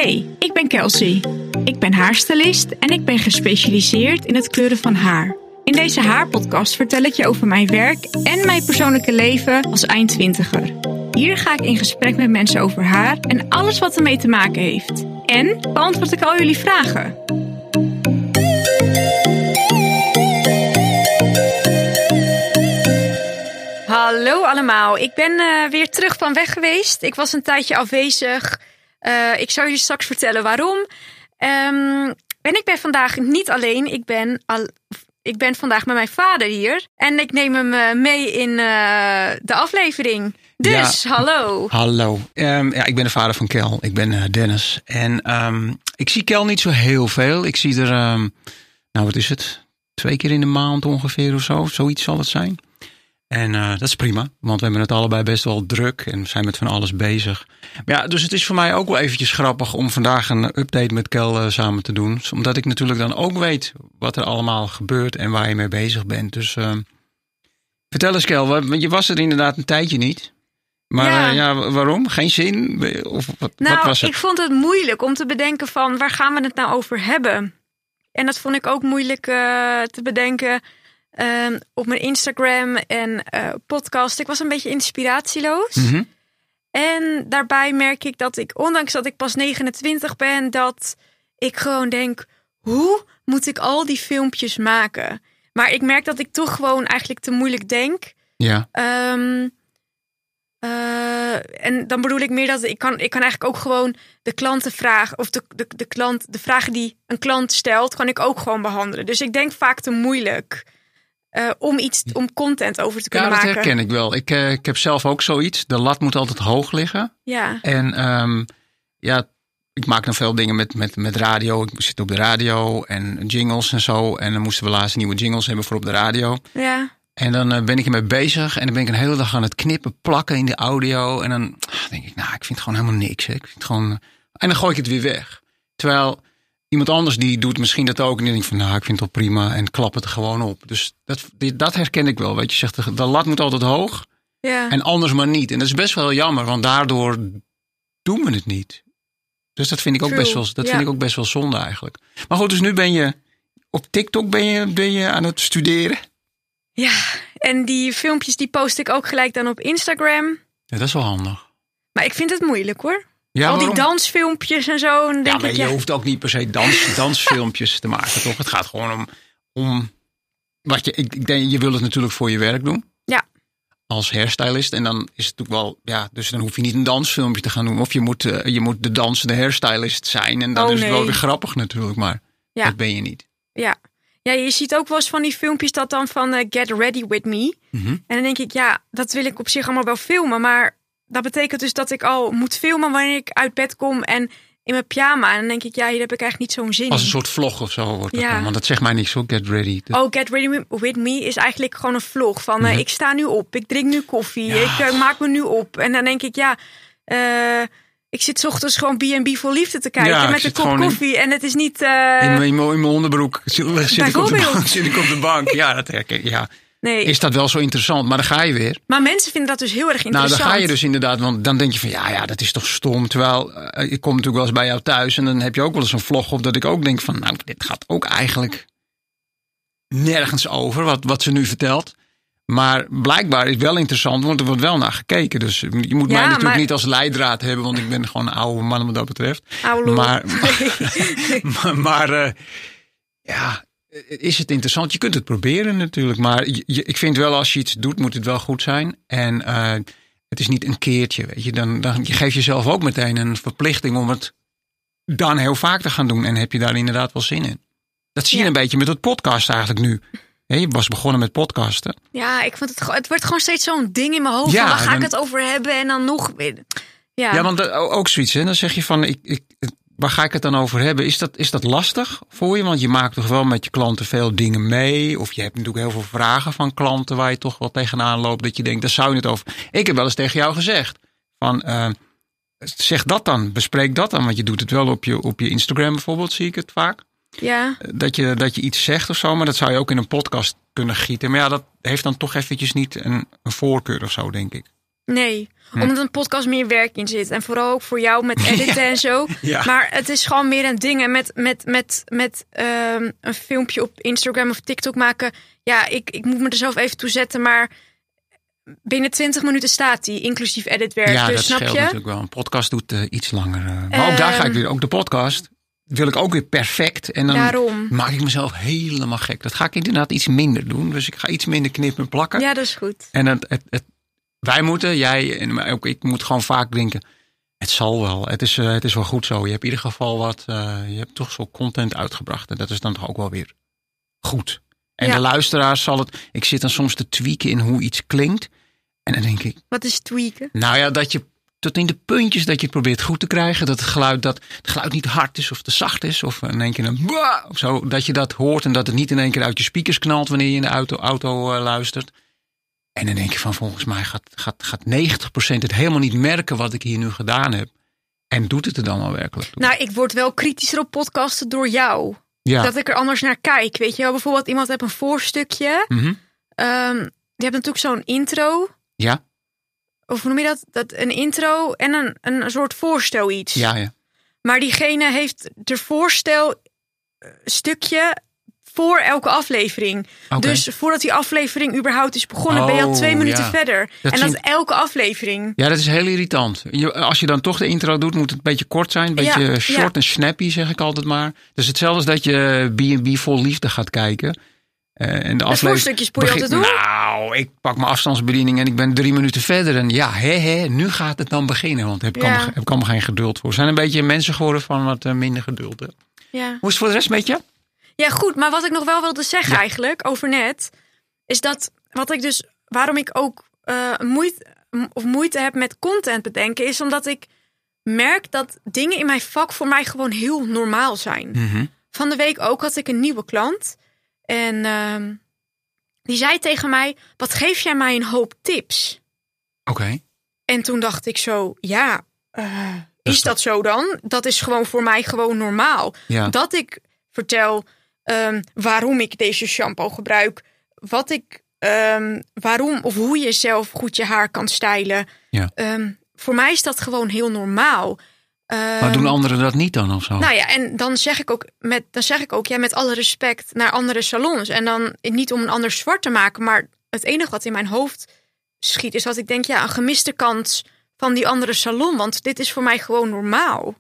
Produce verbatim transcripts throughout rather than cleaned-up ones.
Hey, ik ben Kelsey. Ik ben haarstylist en ik ben gespecialiseerd in het kleuren van haar. In deze haarpodcast vertel ik je over mijn werk en mijn persoonlijke leven als eindtwintiger. Hier ga ik in gesprek met mensen over haar en alles wat ermee te maken heeft. En beantwoord ik al jullie vragen. Hallo allemaal, ik ben uh, weer terug van weg geweest. Ik was een tijdje afwezig. Uh, ik zal jullie straks vertellen waarom. Um, en ik ben vandaag niet alleen. Ik ben, al, ik ben vandaag met mijn vader hier. En ik neem hem uh, mee in uh, de aflevering. Dus, ja, hallo. Hallo. Um, ja, ik ben de vader van Kel. Ik ben uh, Dennis. En um, ik zie Kel niet zo heel veel. Ik zie er, um, nou wat is het? Twee keer in de maand ongeveer of zo. Zoiets zal het zijn. En uh, dat is prima, want we hebben het allebei best wel druk en we zijn met van alles bezig. Maar ja, dus het is voor mij ook wel eventjes grappig om vandaag een update met Kel uh, samen te doen. Omdat ik natuurlijk dan ook weet wat er allemaal gebeurt en waar je mee bezig bent. Dus uh, vertel eens Kel, want je was er inderdaad een tijdje niet. Maar ja, uh, ja waarom? Geen zin? Of wat, nou, wat was het? Ik vond het moeilijk om te bedenken van waar gaan we het nou over hebben. En dat vond ik ook moeilijk uh, te bedenken. Um, op mijn Instagram en uh, podcast. Ik was een beetje inspiratieloos. Mm-hmm. En daarbij merk ik dat ik, ondanks dat ik pas negenentwintig ben, dat ik gewoon denk, hoe moet ik al die filmpjes maken? Maar ik merk dat ik toch gewoon eigenlijk te moeilijk denk. Ja. Um, uh, en dan bedoel ik meer dat ik kan, ik kan eigenlijk ook gewoon de klanten vragen, of de, de, de, klant, de vragen die een klant stelt, kan ik ook gewoon behandelen. Dus ik denk vaak te moeilijk. Uh, om iets, om content over te kunnen maken. Ja, dat herken ik wel. Ik, uh, ik heb zelf ook zoiets. De lat moet altijd hoog liggen. Ja. En um, ja, ik maak dan veel dingen met, met, met radio. Ik zit op de radio en jingles en zo. En dan moesten we laatst nieuwe jingles hebben voor op de radio. Ja. En dan uh, ben ik ermee bezig. En dan ben ik een hele dag aan het knippen, plakken in de audio. En dan denk ik, nou, ik vind het gewoon helemaal niks. Hè. Ik vind het gewoon, en dan gooi ik het weer weg. Terwijl iemand anders die doet misschien dat ook. En die denkt van, nou, ik vind het wel prima. En klap het er gewoon op. Dus dat, dat herken ik wel. Weet je, zegt, de, de lat moet altijd hoog. Ja. En anders maar niet. En dat is best wel jammer. Want daardoor doen we het niet. Dus dat vind ik ook, True. best wel, dat ja. vind ik ook best wel zonde eigenlijk. Maar goed, dus nu ben je op TikTok ben je, ben je aan het studeren. Ja, en die filmpjes die post ik ook gelijk dan op Instagram. Ja, dat is wel handig. Maar ik vind het moeilijk hoor. Ja, al waarom? die dansfilmpjes en zo. En denk ja, maar ik, je ja. hoeft ook niet per se dans, dansfilmpjes te maken, toch? Het gaat gewoon om, om wat je, ik, ik denk, je wil het natuurlijk voor je werk doen. Ja. Als hairstylist. En dan is het natuurlijk wel, ja, dus dan hoef je niet een dansfilmpje te gaan doen. Of je moet, uh, je moet de dansende hairstylist zijn. En dan oh, is het nee. wel weer grappig natuurlijk, maar ja. dat ben je niet. Ja. Ja, je ziet ook wel eens van die filmpjes dat dan van uh, Get Ready With Me. Mm-hmm. En dan denk ik, ja, dat wil ik op zich allemaal wel filmen. Maar dat betekent dus dat ik al moet filmen wanneer ik uit bed kom en in mijn pyjama. En dan denk ik, ja, hier heb ik eigenlijk niet zo'n zin in. Als een soort vlog of zo wordt dat ja. dan. Want dat zegt mij niks hoor, Get Ready. Dat... Oh, Get Ready With Me is eigenlijk gewoon een vlog van, mm-hmm. uh, ik sta nu op, ik drink nu koffie, ja. ik uh, maak me nu op. En dan denk ik, ja, uh, ik zit 's ochtends gewoon B en B Vol Liefde te kijken ja, met een kop koffie. In... En het is niet... Uh... In, mijn, in mijn onderbroek zit, zit, ik op de bank, zit ik op de bank. Ja, dat herken ik. Ja. Nee. Is dat wel zo interessant? Maar dan ga je weer. Maar mensen vinden dat dus heel erg interessant. Nou, dan ga je dus inderdaad, want dan denk je van ja, ja, dat is toch stom. Terwijl, uh, ik kom natuurlijk wel eens bij jou thuis en dan heb je ook wel eens een vlog op dat ik ook denk van, nou, dit gaat ook eigenlijk nergens over, wat, wat ze nu vertelt. Maar blijkbaar is het wel interessant, want er wordt wel naar gekeken. Dus je moet ja, mij natuurlijk maar... niet als leidraad hebben, want ik ben gewoon een oude man wat dat betreft. Oude maar, maar, maar uh, ja... Is het interessant? Je kunt het proberen natuurlijk. Maar je, je, ik vind wel als je iets doet, moet het wel goed zijn. En uh, het is niet een keertje. Weet je. Dan, dan je geeft jezelf ook meteen een verplichting om het dan heel vaak te gaan doen. En heb je daar inderdaad wel zin in. Dat zie je ja. een beetje met het podcast eigenlijk nu. He, je was begonnen met podcasten. Ja, ik vond het, het wordt gewoon steeds zo'n ding in mijn hoofd. Ja, van, waar ga dan, ik het over hebben? En dan nog... Ja, ja want uh, ook zoiets. Hè? Dan zeg je van... Ik, ik, waar ga ik het dan over hebben? Is dat, is dat lastig voor je? Want je maakt toch wel met je klanten veel dingen mee. Of je hebt natuurlijk heel veel vragen van klanten waar je toch wel tegenaan loopt. Dat je denkt, daar zou je het over... Ik heb wel eens tegen jou gezegd. Van, uh, zeg dat dan. Bespreek dat dan. Want je doet het wel op je, op je Instagram bijvoorbeeld, zie ik het vaak. Ja. Dat je, dat je iets zegt of zo. Maar dat zou je ook in een podcast kunnen gieten. Maar ja, dat heeft dan toch eventjes niet een, een voorkeur of zo, denk ik. Nee, Hm. omdat een podcast meer werk in zit. En vooral ook voor jou met editen Ja. en zo. Ja. Maar het is gewoon meer een ding. En met, met, met, met um, een filmpje op Instagram of TikTok maken. Ja, ik, ik moet me er zelf even toe zetten. Maar binnen twintig minuten staat die, inclusief editwerk. Ja, dus dat snap scheelt je? natuurlijk wel. Een podcast doet uh, iets langer. Uh. Maar ook daar ga ik weer. Ook de podcast wil ik ook weer perfect. En dan Daarom. maak ik mezelf helemaal gek. Dat ga ik inderdaad iets minder doen. Dus ik ga iets minder knippen en plakken. Ja, dat is goed. En het, het, het, wij moeten, jij en ook ik, moet gewoon vaak denken. Het zal wel. Het is, uh, het is wel goed zo. Je hebt in ieder geval wat. Uh, je hebt toch zo content uitgebracht. En dat is dan toch ook wel weer goed. En ja. de luisteraars zal het. Ik zit dan soms te tweaken in hoe iets klinkt. En dan denk ik. Wat is tweaken? Nou ja, dat je tot in de puntjes dat je het probeert goed te krijgen. Dat het geluid, dat het geluid niet hard is of te zacht is. Of in één keer een bah, of zo. Dat je dat hoort en dat het niet in één keer uit je speakers knalt wanneer je in de auto, auto uh, luistert. En dan denk je van volgens mij gaat, gaat, gaat negentig procent het helemaal niet merken wat ik hier nu gedaan heb. En doet het er dan wel werkelijk toe? Nou, ik word wel kritischer op podcasten door jou. Ja. Dat ik er anders naar kijk. Weet je wel, bijvoorbeeld iemand heeft een voorstukje. Mm-hmm. Um, die hebt natuurlijk zo'n intro. Ja. Of hoe noem je dat? dat een intro en een, een soort voorstel iets. Ja, ja. Maar diegene heeft de voorstel stukje voor elke aflevering. Okay. Dus voordat die aflevering überhaupt is begonnen, oh, ben je al twee minuten ja. verder. Dat en dat vind... elke aflevering. Ja, dat is heel irritant. Je, als je dan toch de intro doet, moet het een beetje kort zijn. Een beetje ja, short ja. en snappy, zeg ik altijd maar. Dus hetzelfde als dat je B en B vol liefde gaat kijken. Uh, en de aflevering voorstukjes spoel je altijd door? Nou, ik pak mijn afstandsbediening en ik ben drie minuten verder. En ja, hè, hè, nu gaat het dan beginnen. Want heb ik, ja. allemaal, heb ik allemaal geen geduld voor. We zijn een beetje mensen geworden van wat uh, minder geduld. Hè? Ja. Hoe is het voor de rest met je? Ja, goed. Maar wat ik nog wel wilde zeggen ja. eigenlijk over net, is dat wat ik dus, waarom ik ook uh, moeite, of moeite heb met content bedenken, is omdat ik merk dat dingen in mijn vak voor mij gewoon heel normaal zijn. Mm-hmm. Van de week ook had ik een nieuwe klant. En uh, die zei tegen mij, wat geef jij mij een hoop tips? Oké. Okay. En toen dacht ik zo, ja, uh, is dat, dat zo dan? Dat is gewoon voor mij gewoon normaal. Ja. Dat ik vertel um, waarom ik deze shampoo gebruik. Wat ik, um, waarom of hoe je zelf goed je haar kan stylen. Ja. Um, voor mij is dat gewoon heel normaal. Maar doen anderen dat niet dan of zo? Nou ja, en dan zeg ik ook, met, dan zeg ik ook ja, met alle respect naar andere salons. En dan niet om een ander zwart te maken, maar het enige wat in mijn hoofd schiet is dat ik denk, ja, een gemiste kans van die andere salon. Want dit is voor mij gewoon normaal.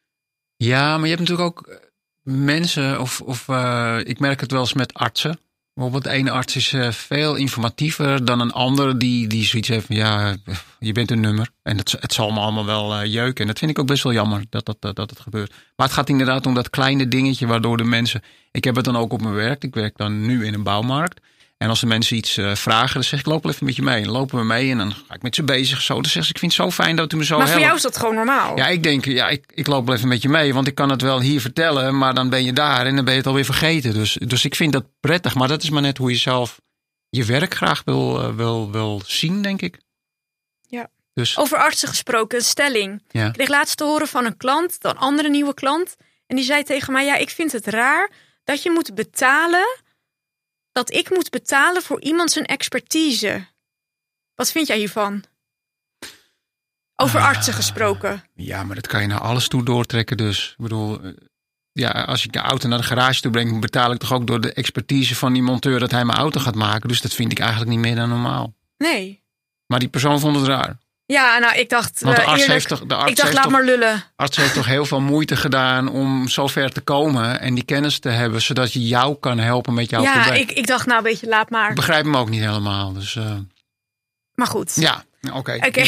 Ja, maar je hebt natuurlijk ook mensen, of, of uh, ik merk het wel eens met artsen. Bijvoorbeeld de ene arts is uh, veel informatiever dan een andere die, die zoiets heeft van ja, je bent een nummer. En het, het zal me allemaal wel uh, jeuken. En dat vind ik ook best wel jammer dat, dat, dat, dat het gebeurt. Maar het gaat inderdaad om dat kleine dingetje waardoor de mensen... Ik heb het dan ook op mijn werk. Ik werk dan nu in een bouwmarkt. En als de mensen iets uh, vragen, dan zeg ik loop wel even met je mee. Dan lopen we mee en dan ga ik met ze bezig. Zo. Dan zeg ze, ik vind het zo fijn dat u me zo helpt. Maar voor jou is dat gewoon normaal? Ja, ik denk, ja, ik, ik loop wel even met je mee. Want ik kan het wel hier vertellen, maar dan ben je daar en dan ben je het alweer vergeten. Dus, dus ik vind dat prettig. Maar dat is maar net hoe je zelf je werk graag wil, uh, wil, wil zien, denk ik. Ja. Dus. Over artsen gesproken, een stelling. Ja. Ik kreeg laatst te horen van een klant, een andere nieuwe klant. En die zei tegen mij, ja, ik vind het raar dat je moet betalen... dat ik moet betalen voor iemand zijn expertise. Wat vind jij hiervan? Over uh, artsen gesproken. Ja, maar dat kan je naar alles toe doortrekken dus. Ik bedoel, ja, als ik de auto naar de garage toe breng... betaal ik toch ook door de expertise van die monteur... dat hij mijn auto gaat maken. Dus dat vind ik eigenlijk niet meer dan normaal. Nee. Maar die persoon vond het raar. Ja, nou, ik dacht... Want de arts eerlijk, heeft toch, de arts ik dacht, heeft laat toch, maar lullen. De arts heeft toch heel veel moeite gedaan om zo ver te komen... en die kennis te hebben, zodat je jou kan helpen met jouw ja, probleem. Ja, ik, ik dacht, nou, weet je, laat maar. Ik begrijp hem ook niet helemaal, dus... Uh... Maar goed. Ja, oké. Okay. Oké.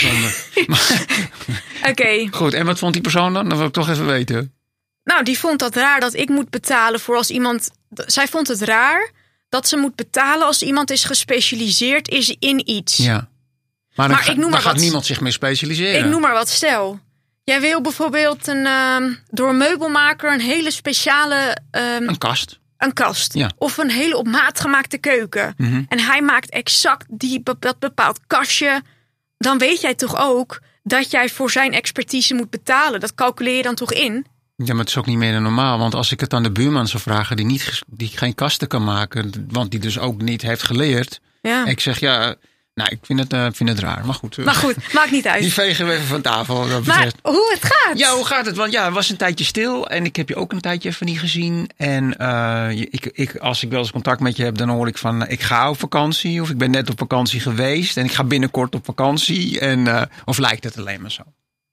Okay. Goed, en wat vond die persoon dan? Dat wil ik toch even weten. Nou, die vond dat raar dat ik moet betalen voor als iemand... Zij vond het raar dat ze moet betalen als iemand is gespecialiseerd is in iets. Ja. Maar dan, maar ga, ik noem dan maar gaat wat, niemand zich meer specialiseren. Ik noem maar wat, stel. Jij wil bijvoorbeeld een, uh, door een meubelmaker een hele speciale... Um, een kast. Een kast. Ja. Of een hele op maat gemaakte keuken. Mm-hmm. En hij maakt exact die, dat bepaald kastje. Dan weet jij toch ook dat jij voor zijn expertise moet betalen. Dat calculeer je dan toch in? Ja, maar het is ook niet meer dan normaal. Want als ik het aan de buurman zou vragen die, niet, die geen kasten kan maken... want die dus ook niet heeft geleerd... Ja. Ik zeg, ja, Nou, ik vind het, uh, vind het raar, maar goed. Maar goed, maakt niet uit. Die vegen we even van tafel. Dat maar hoe het gaat? Ja, hoe gaat het? Want ja, het was een tijdje stil en ik heb je ook een tijdje even niet gezien. En uh, ik, ik, als ik wel eens contact met je heb, dan hoor ik van ik ga op vakantie. Of ik ben net op vakantie geweest en ik ga binnenkort op vakantie. En, uh, of lijkt het alleen maar zo?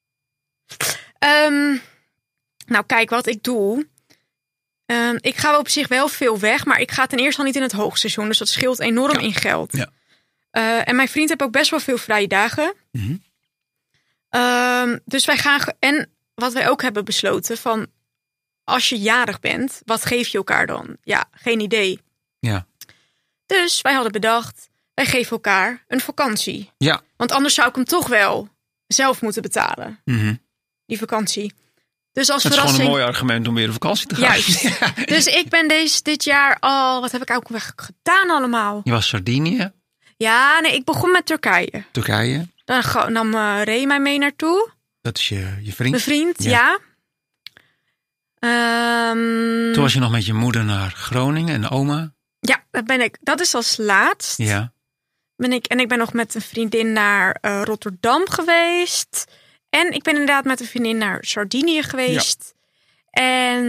Um, nou, kijk, wat ik doe. Um, ik ga op zich wel veel weg, maar ik ga ten eerste al niet in het hoogseizoen. Dus dat scheelt enorm ja. in geld. Ja. Uh, en mijn vriend heeft ook best wel veel vrije dagen. Mm-hmm. Um, dus wij gaan... Ge- en wat wij ook hebben besloten van... Als je jarig bent, wat geef je elkaar dan? Ja, geen idee. Ja. Dus wij hadden bedacht... Wij geven elkaar een vakantie. Ja. Want anders zou ik hem toch wel zelf moeten betalen. Mm-hmm. Die vakantie. Dus als dat verrassing... is gewoon een mooi argument om weer op vakantie te gaan. Juist. Ja. Dus ik ben deze, dit jaar al... Wat heb ik ook weer gedaan allemaal? Je was Sardinië. Ja, nee, ik begon met Turkije. Turkije. Dan nam uh, Ray mij mee naartoe. Dat is je, je vriend? Mijn vriend, ja. ja. Um, Toen was je nog met je moeder naar Groningen en oma. Ja, dat ben ik. Dat is als laatst. Ja. Ben ik, en ik ben nog met een vriendin naar uh, Rotterdam geweest. En ik ben inderdaad met een vriendin naar Sardinië geweest. Ja.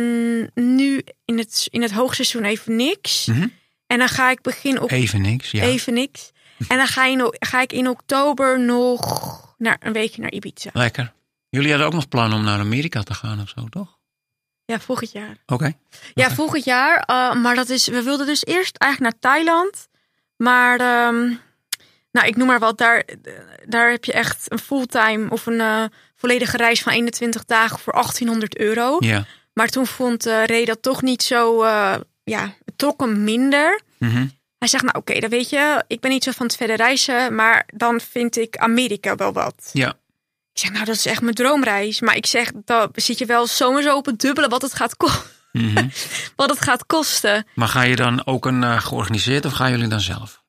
En nu in het, in het hoogseizoen even niks. Mm-hmm. En dan ga ik beginnen op... Even niks, ja. Even niks. En dan ga, je, ga ik in oktober nog naar, een weekje naar Ibiza. Lekker. Jullie hadden ook nog plannen om naar Amerika te gaan of zo, toch? Ja, volgend jaar. Oké. Okay. Ja, okay. volgend jaar. Uh, maar dat is, we wilden dus eerst eigenlijk naar Thailand. Maar, um, nou, ik noem maar wat. Daar, daar heb je echt een fulltime of een uh, volledige reis van eenentwintig dagen voor achttienhonderd euro. Ja. Maar toen vond uh, Ray dat toch niet zo, uh, ja, het trok hem minder. Mm-hmm. Hij zegt, nou oké, okay, dan weet je, ik ben niet zo van het verder reizen, maar dan vind ik Amerika wel wat. Ja. Ik zeg, nou dat is echt mijn droomreis. Maar ik zeg, dan zit je wel sowieso op het dubbele wat het gaat, ko- mm-hmm. wat het gaat kosten. Maar ga je dan ook een uh, georganiseerd of gaan jullie dan zelf?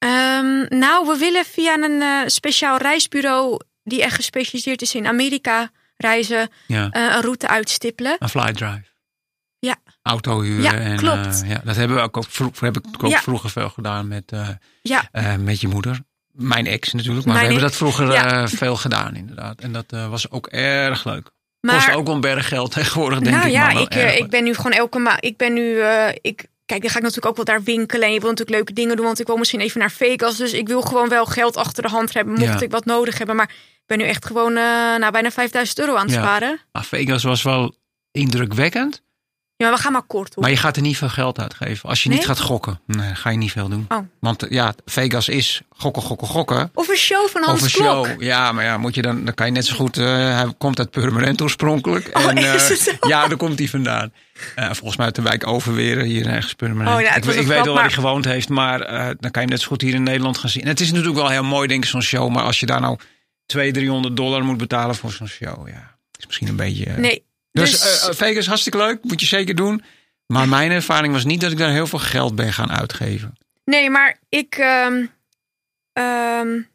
Um, nou, we willen via een uh, speciaal reisbureau die echt gespecialiseerd is in Amerika reizen, ja. uh, een route uitstippelen. Een fly drive. Ja. Auto huren. Ja, en, klopt. Uh, ja, dat hebben we ook, ook, vroeg, heb ik ook ja. vroeger veel gedaan met, uh, ja. uh, met je moeder. Mijn ex natuurlijk, maar Mijn we hebben ex. dat vroeger ja. uh, veel gedaan inderdaad. En dat uh, was ook erg leuk. Maar, kost ook wel een berg geld tegenwoordig, denk nou, ik. Ja, maar wel ik, uh, ik ben nu gewoon elke maand. Ik ben nu. Uh, ik, kijk, dan ga ik natuurlijk ook wel daar winkelen. En je wil natuurlijk leuke dingen doen, want ik wil misschien even naar Vegas. Dus ik wil gewoon wel geld achter de hand hebben, mocht ja. ik wat nodig hebben. Maar ik ben nu echt gewoon uh, nou, bijna vijfduizend euro aan het ja. sparen. Maar Vegas was wel indrukwekkend. Ja, maar we gaan maar kort op. Maar je gaat er niet veel geld uitgeven. Als je nee? niet gaat gokken, nee, ga je niet veel doen. Oh. Want ja, Vegas is gokken, gokken, gokken. Of een show van Hans Of een Klok. show. Ja, maar ja, moet je dan, dan kan je net zo goed... Uh, hij komt uit Purmerend oorspronkelijk. Oh, en, uh, is het zo? Ja, daar komt hij vandaan. Uh, volgens mij uit de wijk Overweren, hier ergens Purmerend. Oh, ja, ik ik weet wel waar hij gewoond heeft, maar uh, dan kan je hem net zo goed hier in Nederland gaan zien. En het is natuurlijk wel heel mooi, denk ik, zo'n show. Maar als je daar nou tweehonderd, driehonderd dollar moet betalen voor zo'n show, ja, is misschien een beetje... Uh... Nee. Dus, dus... Uh, Vegas, hartstikke leuk. Moet je zeker doen. Maar mijn ervaring was niet dat ik daar heel veel geld ben gaan uitgeven. Nee, maar ik... Um, um...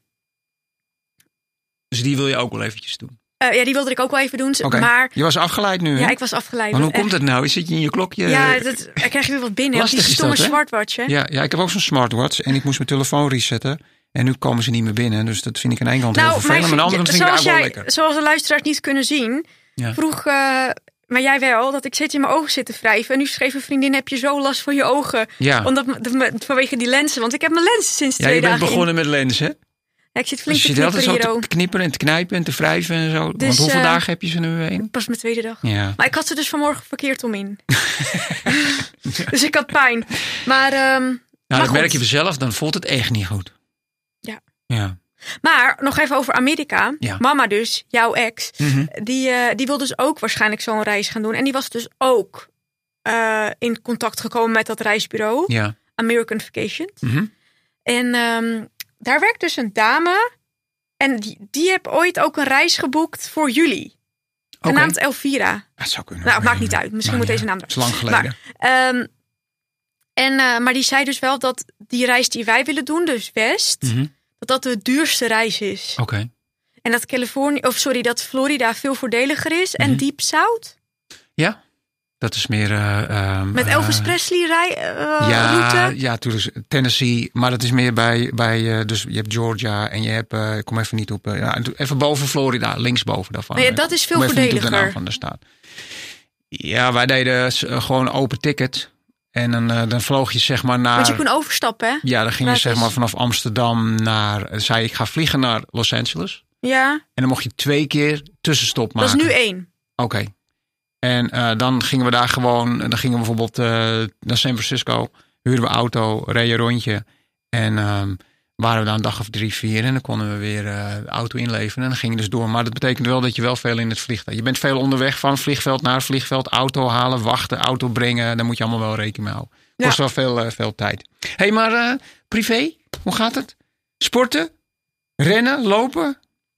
Dus die wil je ook wel eventjes doen? Uh, ja, die wilde ik ook wel even doen. Okay. Maar... Je was afgeleid nu, hè? Ja, ik was afgeleid. Maar hoe echt... komt het nou? Zit je in je klokje? Ja, dat, dan krijg je weer wat binnen. Lastig die stomme is dat, smartwatch, hè? Ja, ja, ik heb ook zo'n smartwatch. En ik moest mijn telefoon resetten. En nu komen ze niet meer binnen. Dus dat vind ik aan de ene kant nou, heel vervelend. Maar aan de andere kant vind ik het jij, wel lekker. Zoals de luisteraars niet kunnen zien... Ja. Vroeg... Uh, Maar jij wel, dat ik zit in mijn ogen zitten wrijven. En nu schreef een vriendin, heb je zo last van je ogen? Ja. Omdat, vanwege die lenzen. Want ik heb mijn lenzen sinds ja, twee dagen. Ja, je bent begonnen in. met lenzen, hè? Ja, ik zit flink dus te je knipperen zit altijd hier zo te knipperen en te knijpen en te wrijven en zo. Dus, Want hoeveel uh, dagen heb je ze nu heen? Pas mijn tweede dag. Ja. Maar ik had ze dus vanmorgen verkeerd om in. Dus ik had pijn. Maar, um, nou, maar dat merk je zelf, dan voelt het echt niet goed. Ja. Ja. Maar nog even over Amerika. Ja. Mama dus, jouw ex, mm-hmm. die, uh, die wil dus ook waarschijnlijk zo'n reis gaan doen. En die was dus ook uh, in contact gekomen met dat reisbureau. Ja. American Vacations. Mm-hmm. En um, daar werkt dus een dame. En die, die heeft ooit ook een reis geboekt voor jullie. Okay. Genaamd Elvira. Dat zou kunnen. Nou, het maakt niet uit. Misschien maar moet ja, deze naam er. Dat is lang geleden. Maar, um, en, uh, maar die zei dus wel dat die reis die wij willen doen, dus West... Mm-hmm. dat dat de duurste reis is. Oké. Okay. En dat Californië, of sorry, dat Florida veel voordeliger is. Mm-hmm. En diep zout. Ja. Dat is meer... Uh, Met Elvis uh, Presley rij, uh, ja, route? Ja, toen is Tennessee. Maar dat is meer bij... bij uh, dus je hebt Georgia en je hebt... Uh, ik kom even niet op... Uh, ja, even boven Florida, linksboven daarvan. Nee, dat is veel voordeliger. De naam van de staat. Ja, wij deden uh, gewoon open ticket. En dan, uh, dan vloog je zeg maar naar... Want je kon overstappen, hè? Ja, dan ging je zeg maar vanaf Amsterdam naar... Zei ik ga vliegen naar Los Angeles. Ja. En dan mocht je twee keer tussenstop maken. Dat is nu één. Oké. Okay. En uh, dan gingen we daar gewoon... Dan gingen we bijvoorbeeld uh, naar San Francisco. Huurden we auto, reden een rondje. En um, waren we daar een dag of drie, vier. En dan konden we weer uh, de auto inleveren. En dan ging je dus door. Maar dat betekent wel dat je wel veel in het vliegtuig... Je bent veel onderweg van vliegveld naar vliegveld. Auto halen, wachten, auto brengen. Daar moet je allemaal wel rekening mee houden. Kost ja. wel veel, uh, veel tijd. Hé, hey, maar uh, privé? Hoe gaat het? Sporten? Rennen? Lopen?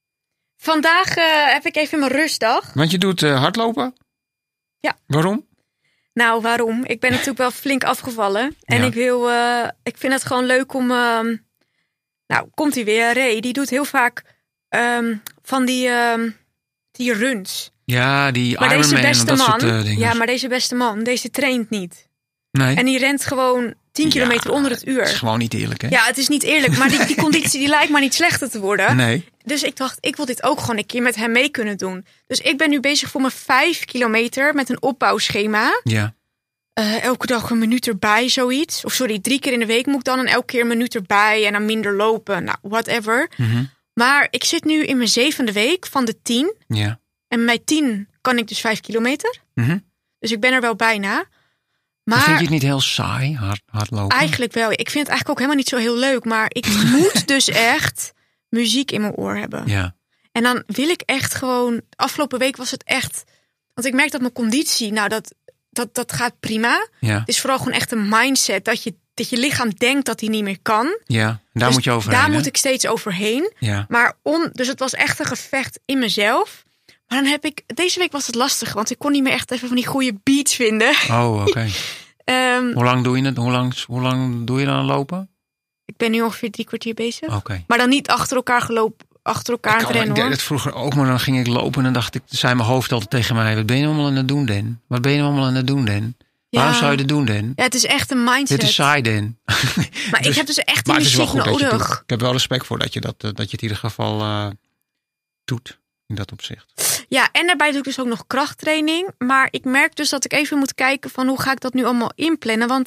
Vandaag uh, heb ik even mijn rustdag. Want je doet uh, hardlopen? Ja. Waarom? Nou, waarom? Ik ben natuurlijk wel flink afgevallen. En ja. ik wil, uh, ik vind het gewoon leuk om... Uh, nou, komt hij weer. Ray, die doet heel vaak um, van die, um, die runs. Ja, die maar Ironman en dat man, soort uh, dingen. Ja, maar deze beste man, deze traint niet. Nee. En die rent gewoon tien kilometer ja, onder het uur. Het is gewoon niet eerlijk, hè? Ja, het is niet eerlijk. Maar die, die conditie die lijkt maar niet slechter te worden. Nee. Dus ik dacht, ik wil dit ook gewoon een keer met hem mee kunnen doen. Dus ik ben nu bezig voor mijn vijf kilometer met een opbouwschema. Ja. Uh, elke dag een minuut erbij, zoiets. Of sorry, drie keer in de week moet ik dan en elke keer een minuut erbij en dan minder lopen. Nou, whatever. Mm-hmm. Maar ik zit nu in mijn zevende week van de tien. Ja. En bij tien kan ik dus vijf kilometer. Mm-hmm. Dus ik ben er wel bijna. Maar vind je het niet heel saai, hard, hardlopen? Eigenlijk wel. Ik vind het eigenlijk ook helemaal niet zo heel leuk. Maar ik moet dus echt muziek in mijn oor hebben. Ja. En dan wil ik echt gewoon... Afgelopen week was het echt... Want ik merk dat mijn conditie... Nou, dat, dat, dat gaat prima. Ja. Het is vooral gewoon echt een mindset. Dat je, dat je lichaam denkt dat hij niet meer kan. Ja, daar dus moet je overheen. Daar hè? moet ik steeds overheen. Ja. Maar om, dus het was echt een gevecht in mezelf. Maar dan heb ik... Deze week was het lastig. Want ik kon niet meer echt even van die goede beats vinden. Oh, oké. Okay. um, hoe lang doe je het? Hoe lang, hoe lang doe je dan lopen? Ik ben nu ongeveer drie kwartier bezig. Oké. Okay. Maar dan niet achter elkaar gelopen. Achter elkaar ik te rennen, Ik deed hoor. het vroeger ook, maar dan ging ik lopen en dan dacht ik, zei mijn hoofd altijd tegen mij, wat ben je allemaal aan het doen, Den? Wat ben je allemaal aan het doen, Den? Ja. Waarom zou je dit doen, Den? Ja, het is echt een mindset. Dit is saai, Den. Maar dus, ik heb dus echt die muziek nodig. Ik heb wel respect voor dat je, dat, dat je het in ieder geval uh, doet, in dat opzicht. Ja, en daarbij doe ik dus ook nog krachttraining. Maar ik merk dus dat ik even moet kijken van hoe ga ik dat nu allemaal inplannen. Want